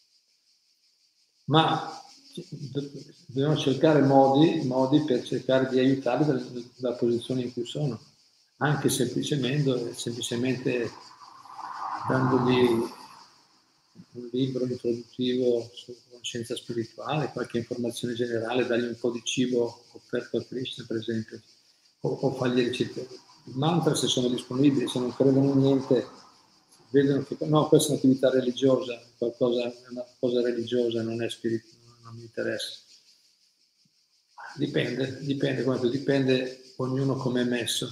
Ma dobbiamo cercare modi per cercare di aiutarli dalla posizione in cui sono, anche semplicemente dandogli un libro introduttivo su conoscenza spirituale, qualche informazione generale, dargli un po' di cibo offerto a Krishna, per esempio, o fargli recitare il mantra se sono disponibili, se non credono in niente, vedono che no, questa è un'attività religiosa, è una cosa religiosa, non è spirituale, non mi interessa. Dipende ognuno come è messo.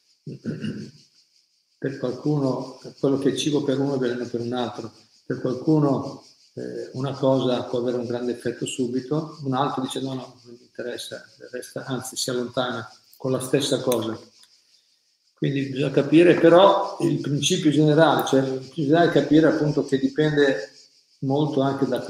Per qualcuno, quello che è cibo per uno è veleno per un altro. Per qualcuno una cosa può avere un grande effetto subito, un altro dice no, non mi interessa, anzi si allontana con la stessa cosa. Quindi bisogna capire però il principio generale, cioè bisogna capire appunto che dipende molto anche da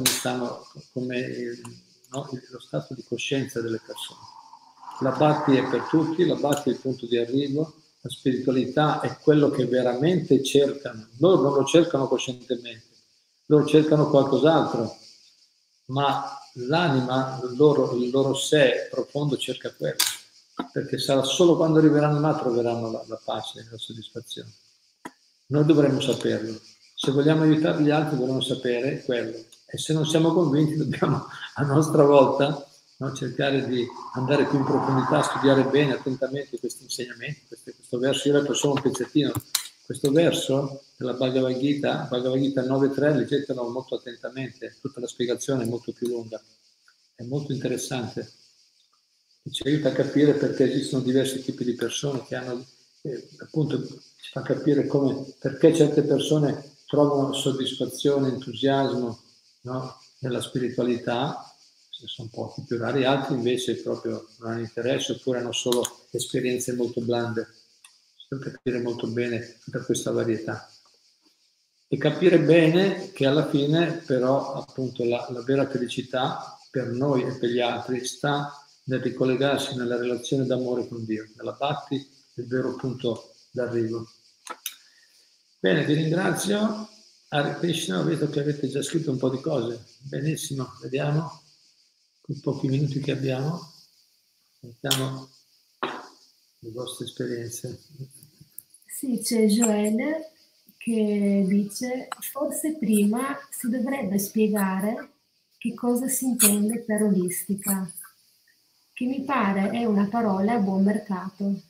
lo stato di coscienza delle persone. La Bhakti è per tutti, la Bhakti è il punto di arrivo, la spiritualità è quello che veramente cercano. Loro non lo cercano coscientemente, loro cercano qualcos'altro, ma l'anima, il loro sé profondo cerca quello, perché sarà solo quando arriveranno là troveranno la pace e la soddisfazione. Noi dovremmo saperlo. Se vogliamo aiutare gli altri dovremmo sapere quello. E se non siamo convinti dobbiamo a nostra volta cercare di andare più in profondità, studiare bene, attentamente questi insegnamenti, questo verso. Io ho letto solo un pezzettino. Questo verso della Bhagavad Gita 9.3, leggetelo molto attentamente, tutta la spiegazione è molto più lunga, è molto interessante. Ci aiuta a capire perché esistono diversi tipi di persone che hanno, appunto, ci fa capire perché certe persone trovano soddisfazione, entusiasmo, no, nella spiritualità, se sono pochi più rari, altri invece proprio non hanno interesse oppure hanno solo esperienze molto blande. Per capire molto bene tutta questa varietà. E capire bene che alla fine però appunto la vera felicità per noi e per gli altri sta nel ricollegarsi nella relazione d'amore con Dio, nella Bhakti, il vero punto d'arrivo. Bene, vi ringrazio. Hare Krishna, ho visto che avete già scritto un po' di cose. Benissimo, vediamo, con pochi minuti che abbiamo, sentiamo le vostre esperienze. Sì, c'è Joel che dice: forse prima si dovrebbe spiegare che cosa si intende per olistica, che mi pare è una parola a buon mercato.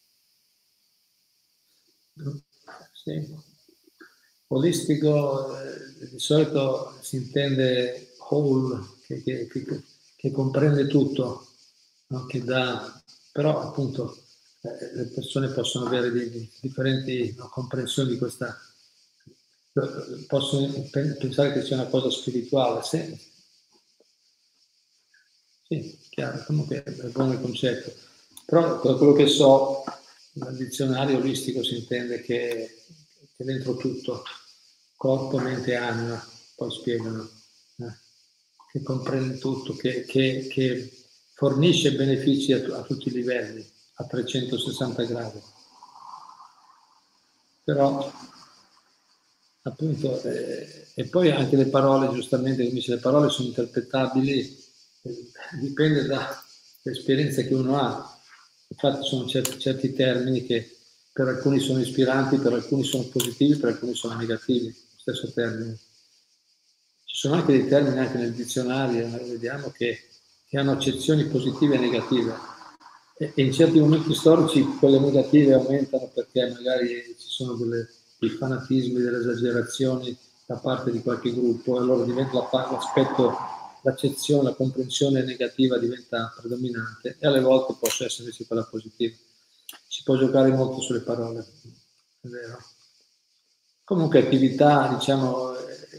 Sì. Olistico di solito si intende whole, che comprende tutto, no? Che dà, però appunto le persone possono avere differenti comprensioni di questa, possono pensare che sia una cosa spirituale, sì, chiaro, comunque è buono il concetto, però da quello che so dal dizionario olistico si intende che dentro tutto, corpo, mente e anima, poi spiegano, che comprende tutto, che fornisce benefici a tutti i livelli, a 360 gradi. Però appunto, e poi anche le parole, giustamente, come dice, le parole sono interpretabili, dipende dall'esperienza che uno ha. Infatti sono certi termini che per alcuni sono ispiranti, per alcuni sono positivi, per alcuni sono negativi, lo stesso termine. Ci sono anche dei termini anche nel dizionario, noi vediamo che hanno accezioni positive e negative. E in certi momenti storici quelle negative aumentano perché magari ci sono dei fanatismi, delle esagerazioni da parte di qualche gruppo, e allora diventa l'aspetto, l'accezione, la comprensione negativa diventa predominante, e alle volte possa essere invece quella positiva. Si può giocare molto sulle parole, è vero. Comunque attività, diciamo,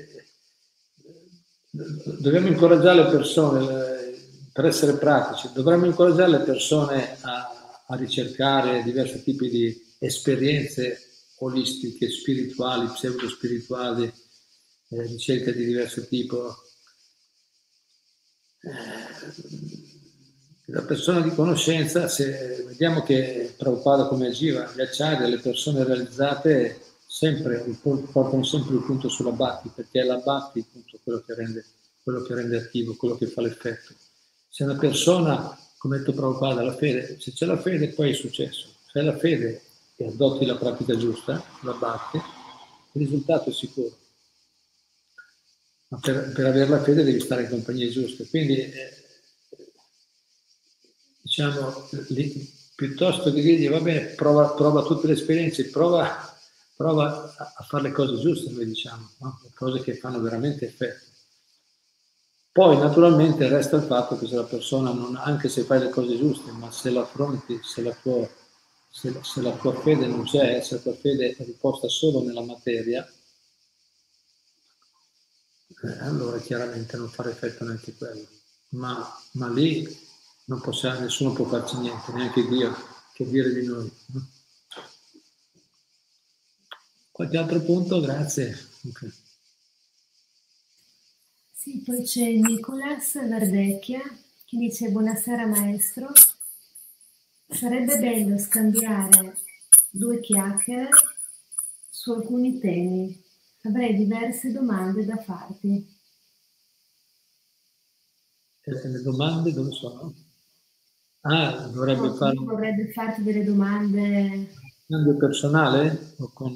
dobbiamo incoraggiare le persone, per essere pratici, dovremmo incoraggiare le persone a ricercare diversi tipi di esperienze olistiche, spirituali, pseudo-spirituali, ricerca di diverso tipo. La persona di conoscenza, se vediamo che Prabhupada come agiva, gli acciari, le persone realizzate portano sempre il punto sulla bhakti, perché è la bhakti appunto quello che rende attivo, quello che fa l'effetto. Se una persona, come ha detto Prabhupada, la fede, se c'è la fede poi è successo. Se hai la fede e adotti la pratica giusta, la bhakti, il risultato è sicuro. Ma per avere la fede devi stare in compagnie giuste. Quindi diciamo, piuttosto che dirgli va bene, prova tutte le esperienze, prova a fare le cose giuste, noi diciamo, no? Le cose che fanno veramente effetto. Poi naturalmente resta il fatto che se la persona, anche se fai le cose giuste, ma se l'affronti, se la tua fede non c'è, se la tua fede è riposta solo nella materia, allora chiaramente non fa effetto neanche quello. Ma lì non possiamo, nessuno può farci niente, neanche Dio, che dire di noi. Qualche altro punto? Grazie. Okay. Sì, poi c'è Nicolas Verdecchia che dice: buonasera maestro, sarebbe bello scambiare 2 chiacchiere su alcuni temi. Avrei diverse domande da farti. Le domande dove sono? Dovrebbe vorrebbe farti delle domande. Cambio personale o con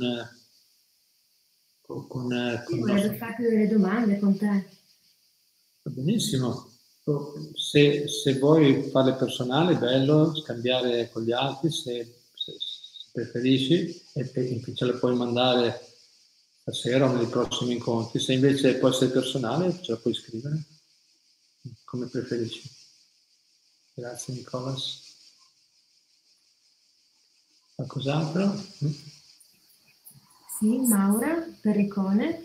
vorrebbe farti delle domande con te. Va benissimo. Se vuoi farle personali, bello, scambiare con gli altri, se preferisci, e ce le puoi mandare stasera o nei prossimi incontri. Se invece può essere personale, ce la puoi scrivere, come preferisci. Grazie Nicolas. Qualcos'altro? Sì, Maura Perricone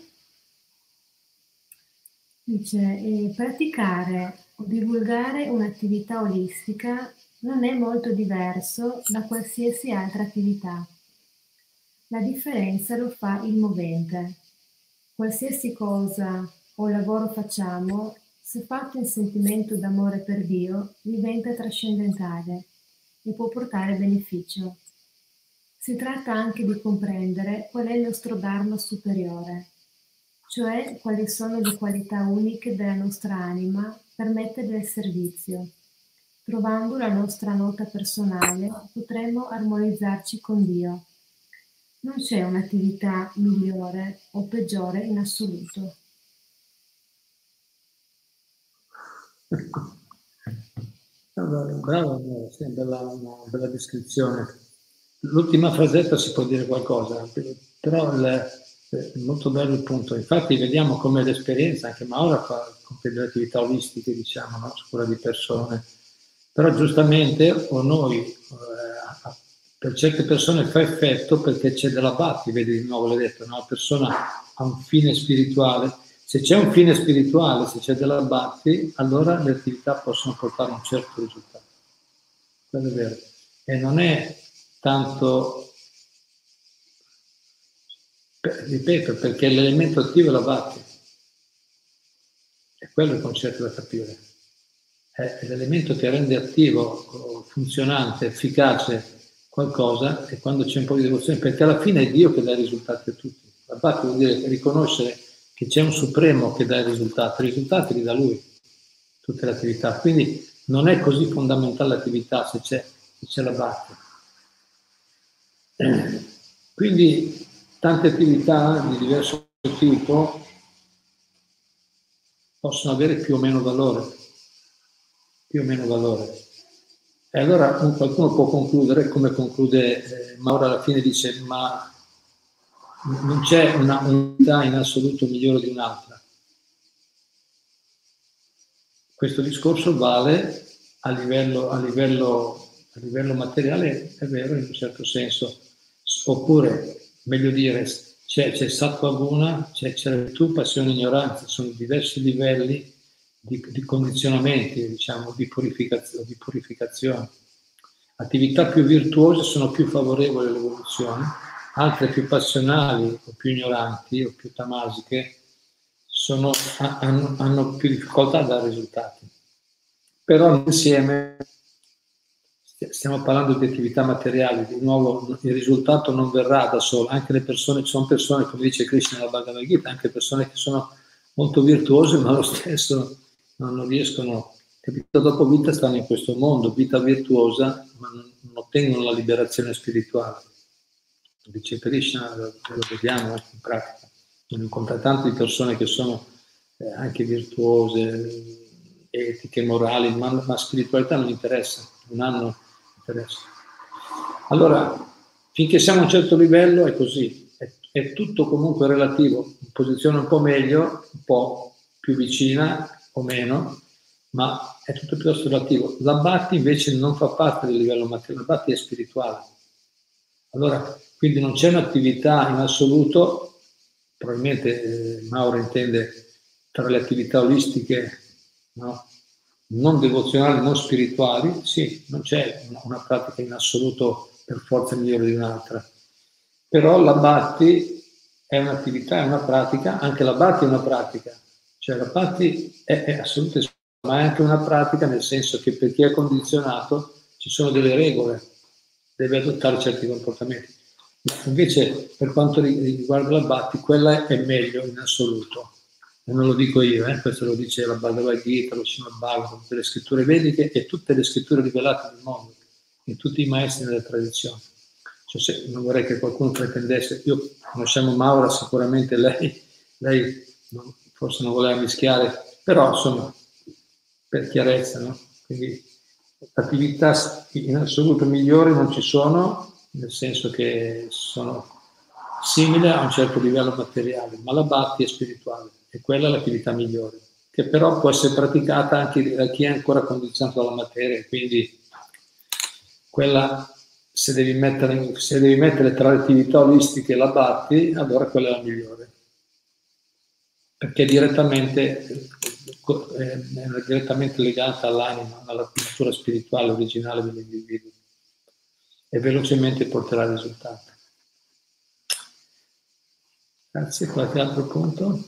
dice: praticare o divulgare un'attività olistica non è molto diverso da qualsiasi altra attività. La differenza lo fa il movente. Qualsiasi cosa o lavoro facciamo, se fatto in sentimento d'amore per Dio, diventa trascendentale e può portare beneficio. Si tratta anche di comprendere qual è il nostro Dharma superiore, cioè quali sono le qualità uniche della nostra anima per metterle al servizio. Trovando la nostra nota personale, potremo armonizzarci con Dio. Non c'è un'attività migliore o peggiore in assoluto. Bravo, sì, una bella descrizione. L'ultima frasetta si può dire qualcosa, però è molto bello il punto. Infatti vediamo come l'esperienza, anche Maura compie delle attività olistiche, diciamo, no? Su quella di persone. Però giustamente o noi, per certe persone fa effetto perché c'è della bhakti, vedi di nuovo l'ho detto, no? La persona ha un fine spirituale. Se c'è un fine spirituale, se c'è della bhakti, allora le attività possono portare a un certo risultato. Quello è vero. E non è tanto, ripeto, perché l'elemento attivo è la bhakti. E quello è il concetto da capire. È l'elemento che rende attivo, funzionante, efficace qualcosa, e quando c'è un po' di devozione, perché alla fine è Dio che dà i risultati a tutti. L'Abbati vuol dire riconoscere che c'è un supremo che dà i risultati li dà lui, tutte le attività. Quindi non è così fondamentale l'attività se c'è l'Abbati. Quindi tante attività di diverso tipo possono avere più o meno valore. E allora qualcuno può concludere, come conclude Mauro alla fine, dice: ma non c'è una unità in assoluto migliore di un'altra. Questo discorso vale a livello materiale, è vero in un certo senso, oppure, meglio dire, c'è sattva guna, c'è virtù, passione, ignoranza, sono diversi livelli di condizionamenti, diciamo, di purificazione. Attività più virtuose sono più favorevoli all'evoluzione, altre più passionali o più ignoranti o più tamasiche hanno più difficoltà a dare risultati. Però insieme stiamo parlando di attività materiali, di nuovo il risultato non verrà da solo, anche le persone, ci sono persone, come dice Krishna nella Bhagavad Gita, anche persone che sono molto virtuose ma lo stesso non riescono, vita dopo vita stanno in questo mondo, vita virtuosa, ma non ottengono la liberazione spirituale. Dice Krishna, lo vediamo in pratica, non incontra tante persone che sono anche virtuose, etiche, morali, ma spiritualità non interessa, non hanno interesse. Allora, finché siamo a un certo livello è così, è tutto comunque relativo, in posizione un po' meglio, un po' più vicina o meno, ma è tutto piuttosto relativo. L'Abbati invece non fa parte del livello materiale, l'Abbati è spirituale. Allora, quindi non c'è un'attività in assoluto, probabilmente Mauro intende tra le attività olistiche, no? Non devozionali, non spirituali, sì, non c'è una pratica in assoluto per forza migliore di un'altra. Però l'Abbati è un'attività, è una pratica, anche l'Abbati è una pratica, cioè l'Abbati è assolutamente, ma è anche una pratica nel senso che per chi è condizionato ci sono delle regole, deve adottare certi comportamenti. Ma invece per quanto riguarda l'Abbati, quella è meglio in assoluto. E non lo dico io, questo lo dice la Bhagavad Gita, lo Srimad Bhagavatam, tutte le scritture vediche e tutte le scritture rivelate nel mondo, e tutti i maestri della tradizione. Cioè, non vorrei che qualcuno pretendesse, io conosciamo Maura, sicuramente lei forse non voleva mischiare, però insomma, per chiarezza, no? Quindi attività in assoluto migliori non ci sono, nel senso che sono simili a un certo livello materiale, ma l'Abbati è spirituale e quella è l'attività migliore, che però può essere praticata anche da chi è ancora condizionato dalla materia, quindi quella, se devi mettere tra le attività olistiche l'Abbati, allora quella è la migliore, perché è direttamente legata all'anima, alla natura spirituale originale dell'individuo e velocemente porterà al risultato. Grazie, qualche altro punto?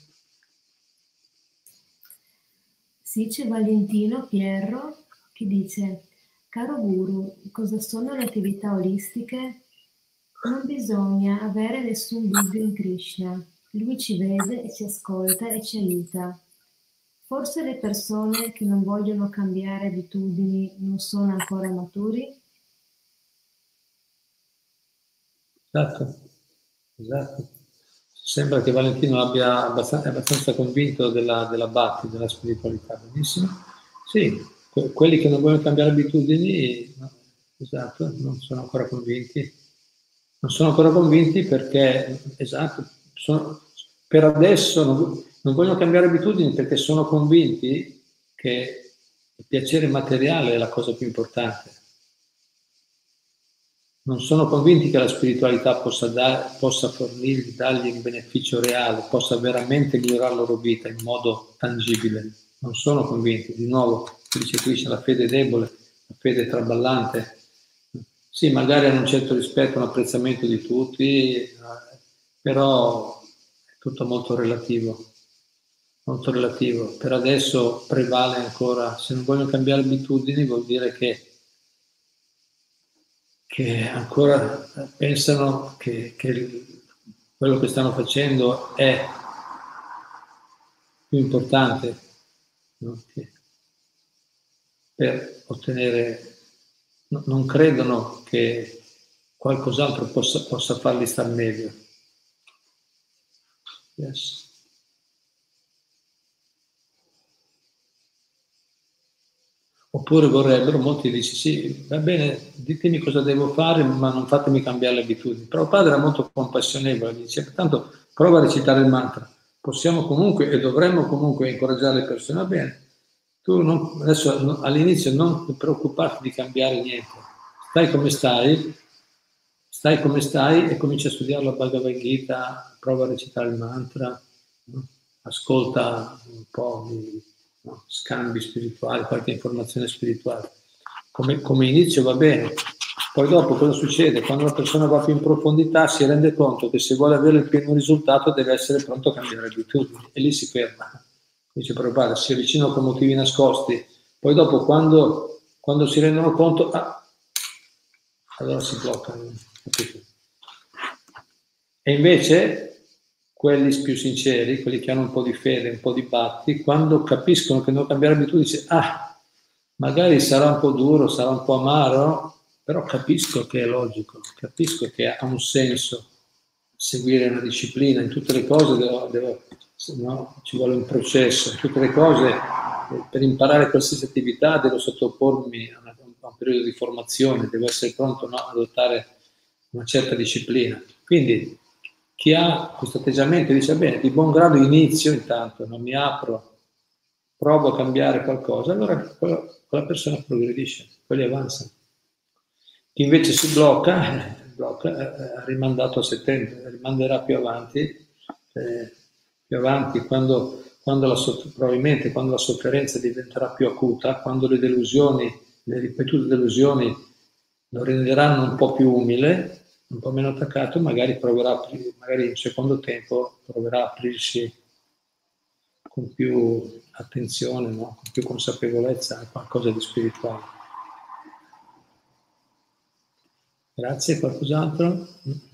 Sì, c'è Valentino Pierro che dice: caro Guru, cosa sono le attività olistiche? Non bisogna avere nessun dubbio in Krishna, lui ci vede e ci ascolta e ci aiuta. Forse le persone che non vogliono cambiare abitudini non sono ancora maturi? Esatto. Sembra che Valentino è abbastanza convinto della Bhakti, della spiritualità. Benissimo. Sì, quelli che non vogliono cambiare abitudini, no, esatto, non sono ancora convinti. Non sono ancora convinti perché, esatto, per adesso non vogliono cambiare abitudini perché sono convinti che il piacere materiale è la cosa più importante. Non sono convinti che la spiritualità possa fornirgli, dargli un beneficio reale, possa veramente migliorare la loro vita in modo tangibile. Non sono convinti. Di nuovo, dice Krishna, la fede è debole, la fede è traballante. Sì, magari hanno un certo rispetto, un apprezzamento di tutti, però è tutto molto relativo. Molto relativo. Per adesso prevale ancora, se non vogliono cambiare abitudini vuol dire che ancora pensano che quello che stanno facendo è più importante, no? Per ottenere, no, non credono che qualcos'altro possa farli star meglio. Yes. Oppure vorrebbero, molti dicono sì, va bene, ditemi cosa devo fare, ma non fatemi cambiare le abitudini. Però il padre era molto compassionevole, dice, tanto prova a recitare il mantra. Possiamo comunque e dovremmo comunque incoraggiare le persone. Va bene, tu adesso all'inizio non preoccuparti di cambiare niente. Stai come stai e comincia a studiare la Bhagavad Gita, prova a recitare il mantra, no? Ascolta un po' di scambi spirituali, qualche informazione spirituale. Come inizio va bene, poi dopo cosa succede? Quando la persona va più in profondità si rende conto che se vuole avere il pieno risultato deve essere pronto a cambiare abitudini e lì si ferma. Dice Prabhupada, si avvicinano con motivi nascosti, poi dopo quando si rendono conto, allora si bloccano. Capito? E invece quelli più sinceri, quelli che hanno un po' di fede, un po' di batti, quando capiscono che devono cambiare abitudini, dice, magari sarà un po' duro, sarà un po' amaro, però capisco che è logico, capisco che ha un senso seguire una disciplina, in tutte le cose no? Ci vuole un processo, in tutte le cose per imparare qualsiasi attività devo sottopormi a un periodo di formazione, devo essere pronto, no, ad adottare una certa disciplina. Quindi chi ha questo atteggiamento dice bene, di buon grado inizio intanto, non mi apro, provo a cambiare qualcosa, allora quella persona progredisce, quelli avanzano. Chi invece si blocca è rimandato a settembre, rimanderà più avanti quando probabilmente quando la sofferenza diventerà più acuta, quando le delusioni, le ripetute delusioni lo renderanno un po' più umile, un po' meno attaccato, magari in secondo tempo proverà a aprirsi con più attenzione, no? Con più consapevolezza a qualcosa di spirituale. Grazie, qualcos'altro?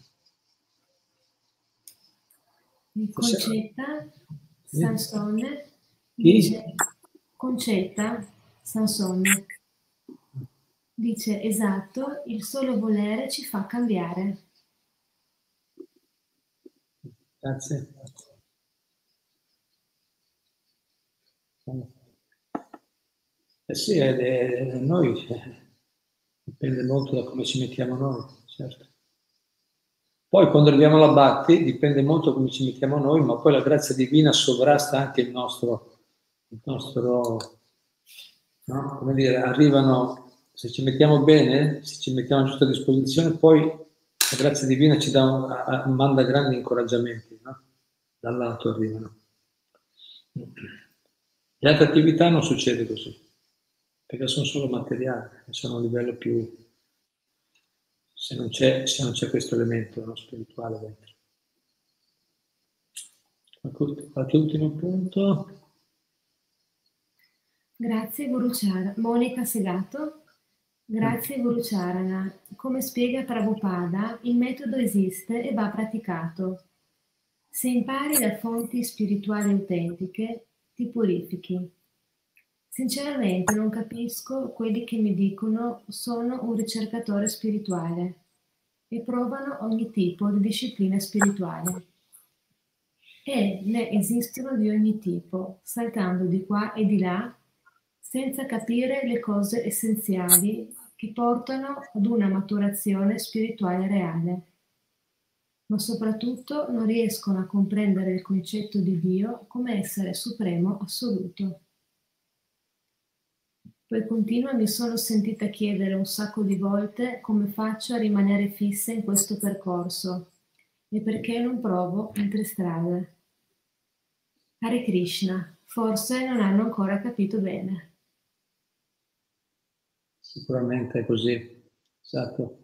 Concetta Sansone dice, Concetta Sansone dice, esatto, il solo volere ci fa cambiare. Grazie. Sì, noi dipende molto da come ci mettiamo noi, certo. Poi quando arriviamo alla Bhakti dipende molto da come ci mettiamo noi, ma poi la grazia divina sovrasta anche il nostro no? Come dire, arrivano, se ci mettiamo bene, se ci mettiamo a giusta disposizione, poi la grazia divina ci manda grandi incoraggiamenti, no? Dall'alto arrivano. Le altre attività non succede così, perché sono solo materiali, sono a un livello più... se non c'è questo elemento, no, spirituale dentro. Qualche ultimo punto? Grazie Guru Charana. Monica Segato. Grazie Guru Charana. Come spiega Prabhupada, il metodo esiste e va praticato. Se impari da fonti spirituali autentiche, ti purifichi. Sinceramente non capisco quelli che mi dicono sono un ricercatore spirituale e provano ogni tipo di disciplina spirituale. E ne esistono di ogni tipo, saltando di qua e di là, senza capire le cose essenziali che portano ad una maturazione spirituale reale. Ma soprattutto non riescono a comprendere il concetto di Dio come essere supremo assoluto. Poi continua, mi sono sentita chiedere un sacco di volte come faccio a rimanere fissa in questo percorso e perché non provo altre strade. Hare Krishna, forse non hanno ancora capito bene. Sicuramente è così, esatto.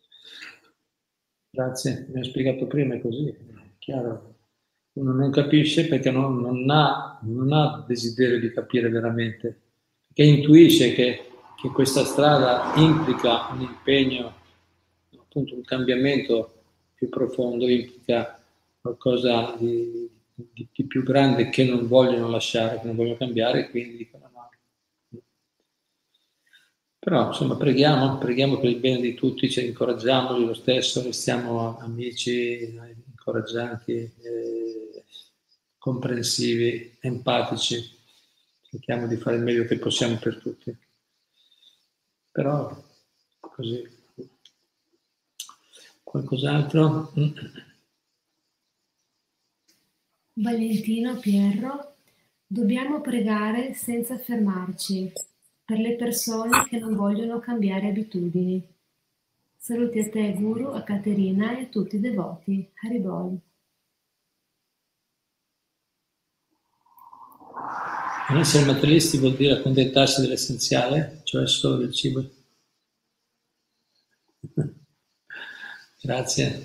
Grazie, mi ha spiegato prima, è così, è chiaro. Uno non capisce perché non ha desiderio di capire veramente, perché intuisce che questa strada implica un impegno, appunto un cambiamento più profondo, implica qualcosa di più grande che non vogliono lasciare, che non vogliono cambiare, quindi dicono no. Però insomma preghiamo per il bene di tutti, cioè, incoraggiamoli lo stesso, restiamo amici, incoraggianti, comprensivi, empatici, cerchiamo di fare il meglio che possiamo per tutti. Però così. Qualcos'altro? Valentino Pierro, dobbiamo pregare senza fermarci per le persone che non vogliono cambiare abitudini. Saluti a te, Guru, a Caterina e a tutti i devoti. Haribol. Non essere materialisti vuol dire accontentarsi dell'essenziale, cioè solo del cibo. Grazie.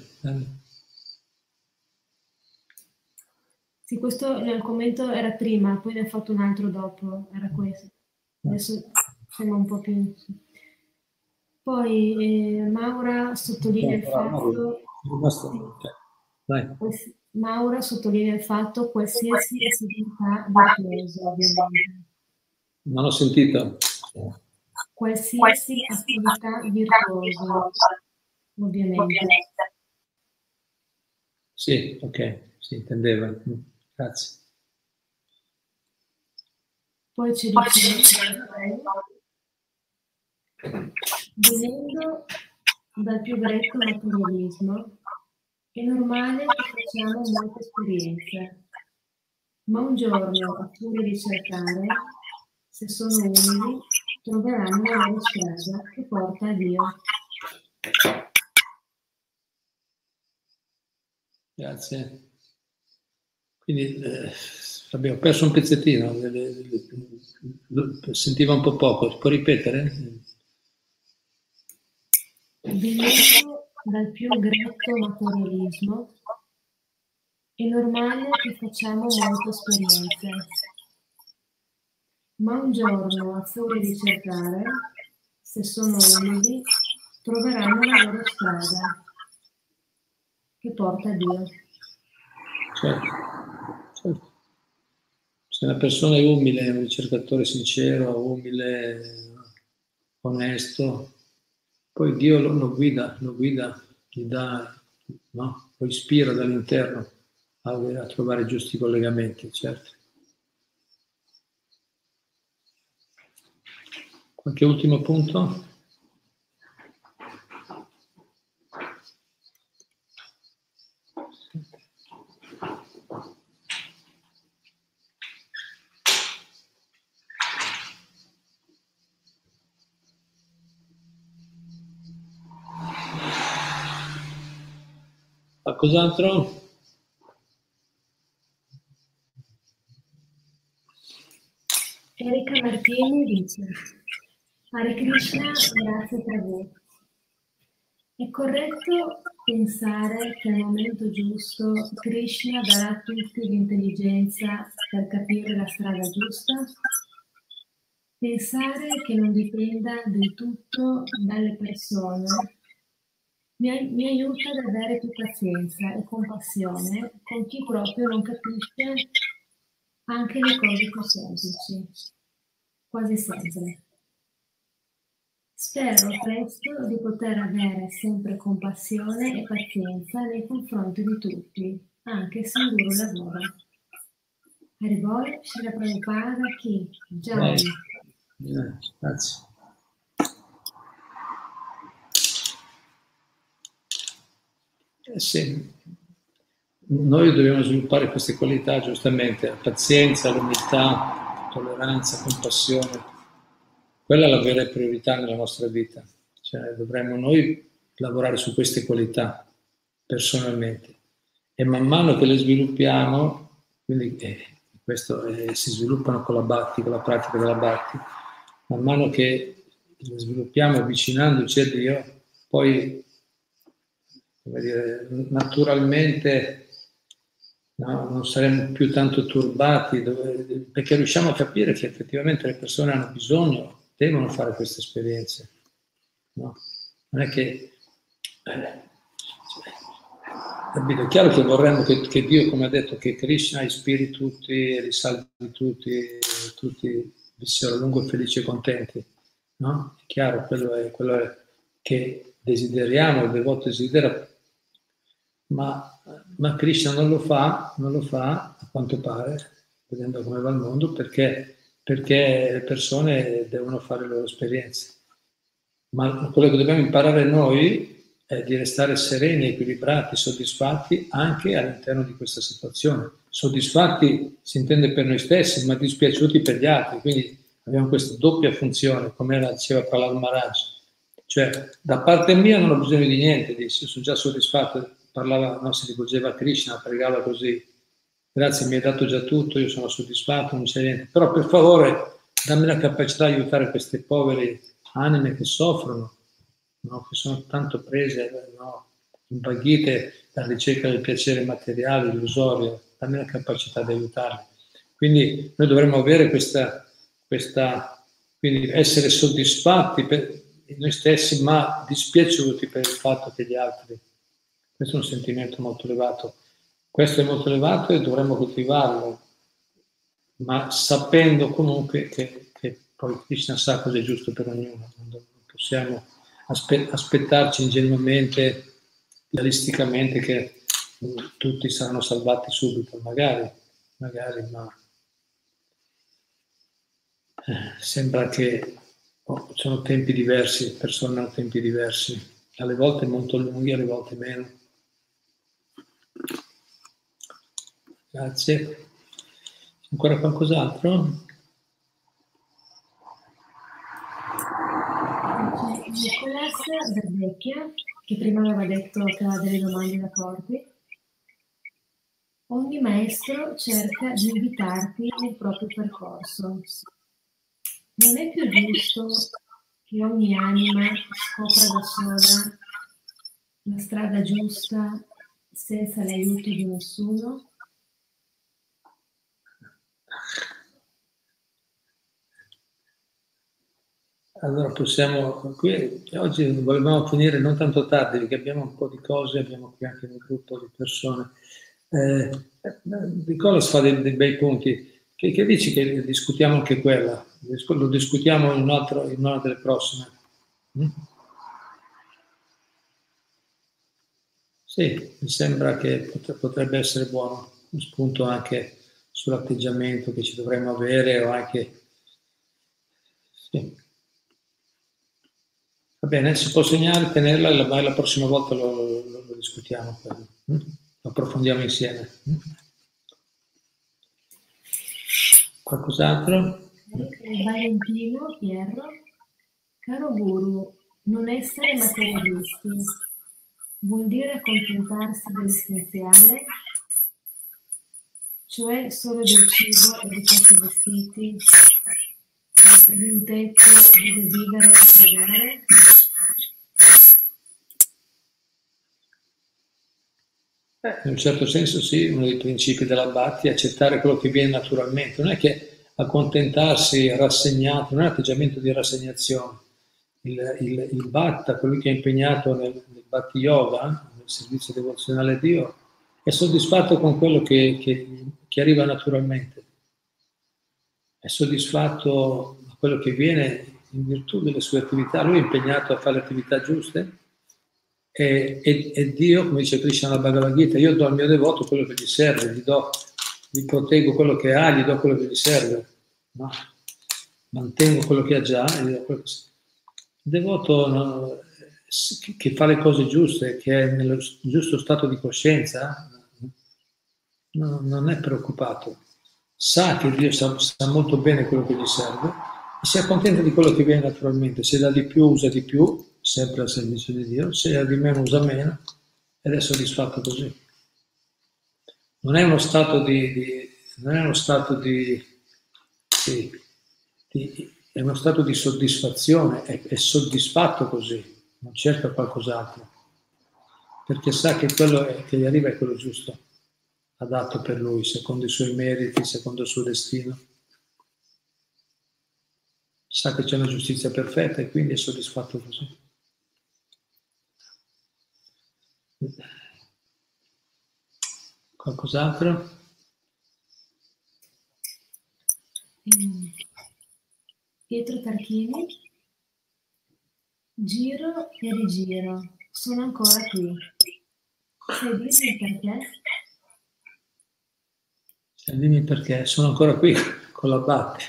Sì, questo nel commento era prima, poi ne ha fatto un altro dopo, era questo. Adesso sembra un po' più... Poi Maura sottolinea il fatto... Maura sottolinea il fatto qualsiasi attività virtuosa, ovviamente. Non ho sentito. Qualsiasi attività virtuosa, ovviamente. Sì, ok, si intendeva. Grazie. Poi ci dice, venendo dal più greco materialismo, è normale che facciamo molte esperienze, ma un giorno, a furia di cercare, se sono umili, troveranno la loro strada che porta a Dio. Grazie. Quindi abbiamo perso un pezzettino, sentiva un po' poco, può ripetere? Venendo dal più greco materialismo, è normale che facciamo molte esperienze, ma un giorno, a furia di cercare, se sono umili, troveranno la loro strada che porta a Dio. Certo, certo. Se una persona è umile, è un ricercatore sincero, umile, onesto, poi Dio lo guida, gli dà, no? Lo ispira dall'interno a trovare i giusti collegamenti, certo. Qualche ultimo punto? Qualcos'altro? Erika Martini dice: Hare Krishna, grazie Prabhu. È corretto pensare che al momento giusto Krishna darà a tutti l'intelligenza per capire la strada giusta? Pensare che non dipenda del tutto dalle persone mi aiuta ad avere più pazienza e compassione con chi proprio non capisce anche le cose più semplici, quasi sempre. Spero presto di poter avere sempre compassione e pazienza nei confronti di tutti, anche se un duro lavoro. Haribol, Srila Prabhupada, chi? Jai. Grazie. Sì. Noi dobbiamo sviluppare queste qualità giustamente, la pazienza, l'umiltà, tolleranza, compassione. Quella è la vera priorità nella nostra vita. Cioè, dovremmo noi lavorare su queste qualità personalmente e man mano che le sviluppiamo, quindi si sviluppano con la Bhakti, con la pratica della Bhakti, man mano che le sviluppiamo avvicinandoci a Dio, poi come dire, naturalmente no, non saremo più tanto turbati, perché riusciamo a capire che effettivamente le persone hanno bisogno, devono fare queste esperienze. No? Non è che Capito? È chiaro che vorremmo che Dio, come ha detto, che Krishna ispiri tutti, risalvi tutti vissero a lungo felici e contenti, no? È chiaro, quello è che desideriamo, il devoto desidera, ma Krishna non lo fa, a quanto pare, vedendo come va il mondo, perché le persone devono fare le loro esperienze. Ma quello che dobbiamo imparare noi è di restare sereni, equilibrati, soddisfatti anche all'interno di questa situazione. Soddisfatti si intende per noi stessi, ma dispiaciuti per gli altri. Quindi abbiamo questa doppia funzione, come la diceva Prahlad Maharaj. Cioè, da parte mia non ho bisogno di niente, disse, sono già soddisfatto. Parlava, no, si rivolgeva a Krishna, pregava così. Grazie, mi hai dato già tutto, io sono soddisfatto, non c'è niente. Però per favore, dammi la capacità di aiutare queste povere anime che soffrono, no? Che sono tanto prese, no? Imbaghite dalla ricerca del piacere materiale, illusorio, dammi la capacità di aiutarli. Quindi noi dovremmo avere quindi essere soddisfatti per noi stessi, ma dispiaciuti per il fatto che gli altri. Questo è un sentimento molto elevato. Questo è molto elevato e dovremmo coltivarlo, ma sapendo comunque che poi Krishna sa cosa è giusto per ognuno. Non possiamo aspettarci ingenuamente, realisticamente che tutti saranno salvati subito, magari, ma sembra che sono tempi diversi, le persone hanno tempi diversi, alle volte molto lunghi, alle volte meno. Grazie. C'è ancora qualcos'altro? Nicolas Verdecchia, che prima aveva detto che aveva delle domande da porti. Ogni maestro cerca di invitarti nel proprio percorso. Non è più giusto che ogni anima scopra da sola la strada giusta senza l'aiuto di nessuno? Allora qui oggi volevamo finire non tanto tardi perché abbiamo un po' di cose, abbiamo qui anche un gruppo di persone. Nicolas fa dei bei punti. Che dici che discutiamo anche quella? Lo discutiamo in una delle prossime. Sì, mi sembra che potrebbe essere buono, un spunto anche sull'atteggiamento che ci dovremmo avere o anche... Sì. Va bene, si può segnare, tenerla e la prossima volta lo discutiamo, lo approfondiamo insieme. Qualcos'altro? Valentino Pierro, caro Guru, non essere materialisti vuol dire accontentarsi dell'essenziale, cioè solo del cibo e dei pochi vestiti, di un tetto dove vivere e pregare? In un certo senso sì, uno dei principi della Bhakti è accettare quello che viene naturalmente, non è che accontentarsi rassegnato, non è un atteggiamento di rassegnazione. Il Bhatta, colui che è impegnato nel Bhakti Yoga, nel servizio devozionale a Dio, è soddisfatto con quello che arriva naturalmente, è soddisfatto da quello che viene in virtù delle sue attività, lui è impegnato a fare le attività giuste e Dio, come dice Krishna nella Bhagavad Gita, io do al mio devoto quello che gli serve, gli proteggo quello che ha, gli do quello che gli serve, no? Mantengo quello che ha già e gli do quello che serve. Il devoto no, che fa le cose giuste, che è nello giusto stato di coscienza, no, non è preoccupato, sa che Dio sa molto bene quello che gli serve e si accontenta di quello che viene naturalmente, se dà di più usa di più, sempre al servizio di Dio, se dà di meno usa meno ed è soddisfatto così. Non è uno stato è uno stato di soddisfazione, è soddisfatto così, non cerca qualcos'altro, perché sa che quello che gli arriva è quello giusto, adatto per lui, secondo i suoi meriti, secondo il suo destino. Sa che c'è una giustizia perfetta e quindi è soddisfatto così. Qualcos'altro? Pietro Tarchini, giro e rigiro, sono ancora qui. Sai dirmi perché? Sai dirmi perché? Sono ancora qui con la Bhakti.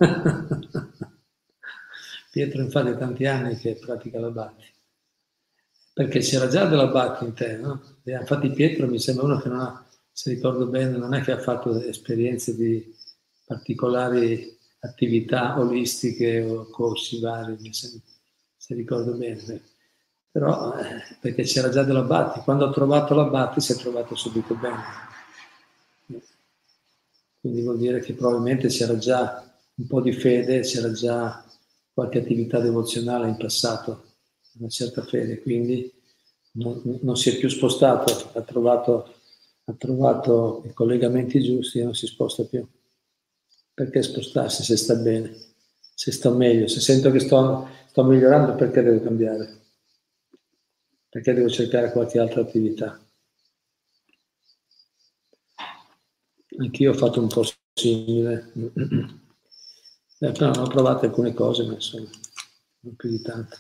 Pietro infatti ha tanti anni che pratica la Bhakti. Perché c'era già della Bhakti in te, no? E infatti Pietro mi sembra uno che non ha, se ricordo bene, non è che ha fatto esperienze di particolari attività olistiche o corsi vari, se ricordo bene. Però perché c'era già della Bhakti, quando ha trovato la Bhakti si è trovato subito bene. Quindi vuol dire che probabilmente c'era già un po' di fede, c'era già qualche attività devozionale in passato, una certa fede, quindi non si è più spostato, ha trovato i collegamenti giusti e non si sposta più. Perché spostarsi se sta bene, se sto meglio, se sento che sto migliorando, perché devo cambiare? Perché devo cercare qualche altra attività? Anch'io ho fatto un po' simile. Però ho provato alcune cose, ma insomma, non più di tanto.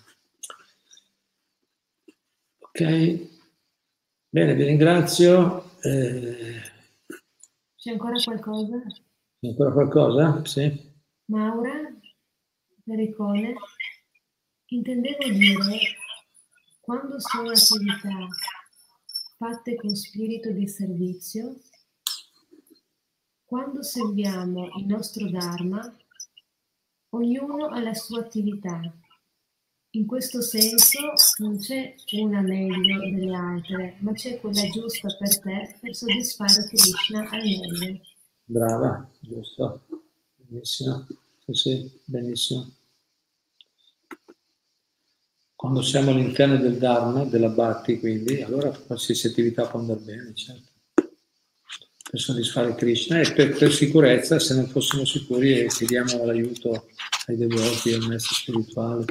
Ok, bene, vi ringrazio. C'è ancora qualcosa? C'è ancora qualcosa? Sì. Maura Pericone, intendevo dire, quando sono attività fatte con spirito di servizio, quando serviamo il nostro Dharma, ognuno ha la sua attività. In questo senso non c'è una meglio delle altre, ma c'è quella giusta per te per soddisfare Krishna al meglio. Brava, giusto. Benissimo. Sì, sì, benissimo. Quando siamo all'interno del Dharma, della Bhakti, quindi, allora qualsiasi attività può andare bene, certo. Per soddisfare Krishna e per sicurezza, se non fossimo sicuri, chiediamo l'aiuto ai devoti, al maestro spirituale.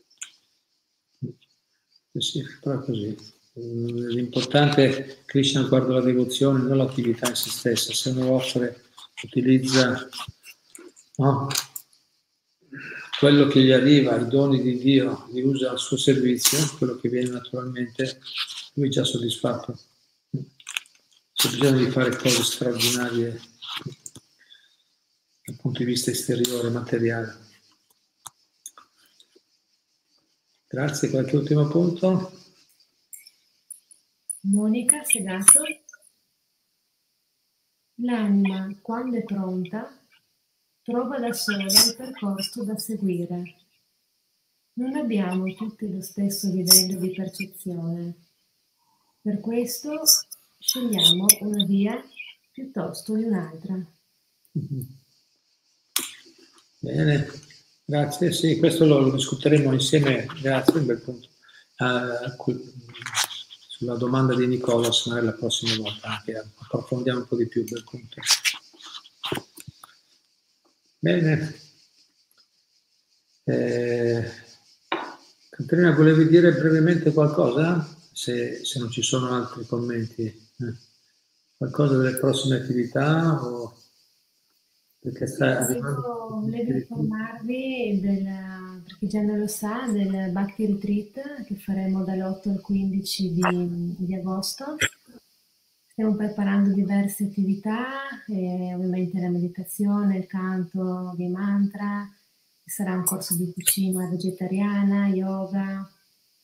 Sì, però è così. L'importante, Krishna guarda la devozione, non l'attività in se stessa. Se uno offre, utilizza, no, quello che gli arriva, i doni di Dio, li usa al suo servizio, quello che viene naturalmente, lui è già soddisfatto. C'è bisogno di fare cose straordinarie dal punto di vista esteriore, materiale. Grazie, qualche ultimo punto? Monica Segato, l'anima, quando è pronta, trova da sola il percorso da seguire. Non abbiamo tutti lo stesso livello di percezione. Per questo scegliamo una via piuttosto di un'altra. Bene, grazie. Sì, questo lo discuteremo insieme. Grazie, un bel punto. Sulla domanda di Nicolas, magari la prossima volta anche approfondiamo un po' di più quel punto. Bene. Caterina, volevi dire brevemente qualcosa? Se non ci sono altri commenti. Qualcosa delle prossime attività? O perché sta arrivando... Volevo informarvi, per chi già non lo sa, del Bhakti Retreat che faremo dall'8 al 15 di agosto. Stiamo preparando diverse attività, ovviamente la meditazione, il canto di mantra, ci sarà un corso di cucina vegetariana, yoga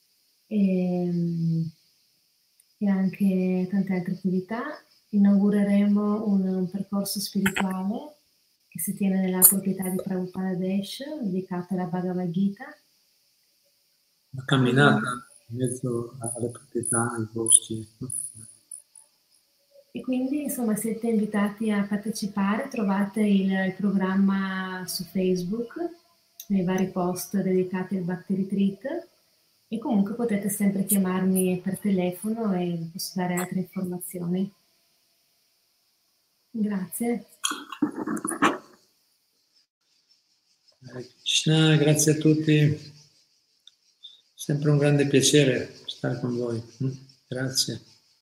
e anche tante altre attività. Inaugureremo un percorso spirituale che si tiene nella proprietà di Prabhupada Desh, dedicata alla Bhagavad Gita. Una camminata in mezzo alle proprietà, ai boschi. E quindi insomma siete invitati a partecipare, trovate il programma su Facebook, nei vari post dedicati al Bhakti Retreat e comunque potete sempre chiamarmi per telefono e vi posso dare altre informazioni. Grazie. Krishna, grazie a tutti. Sempre un grande piacere stare con voi. Grazie.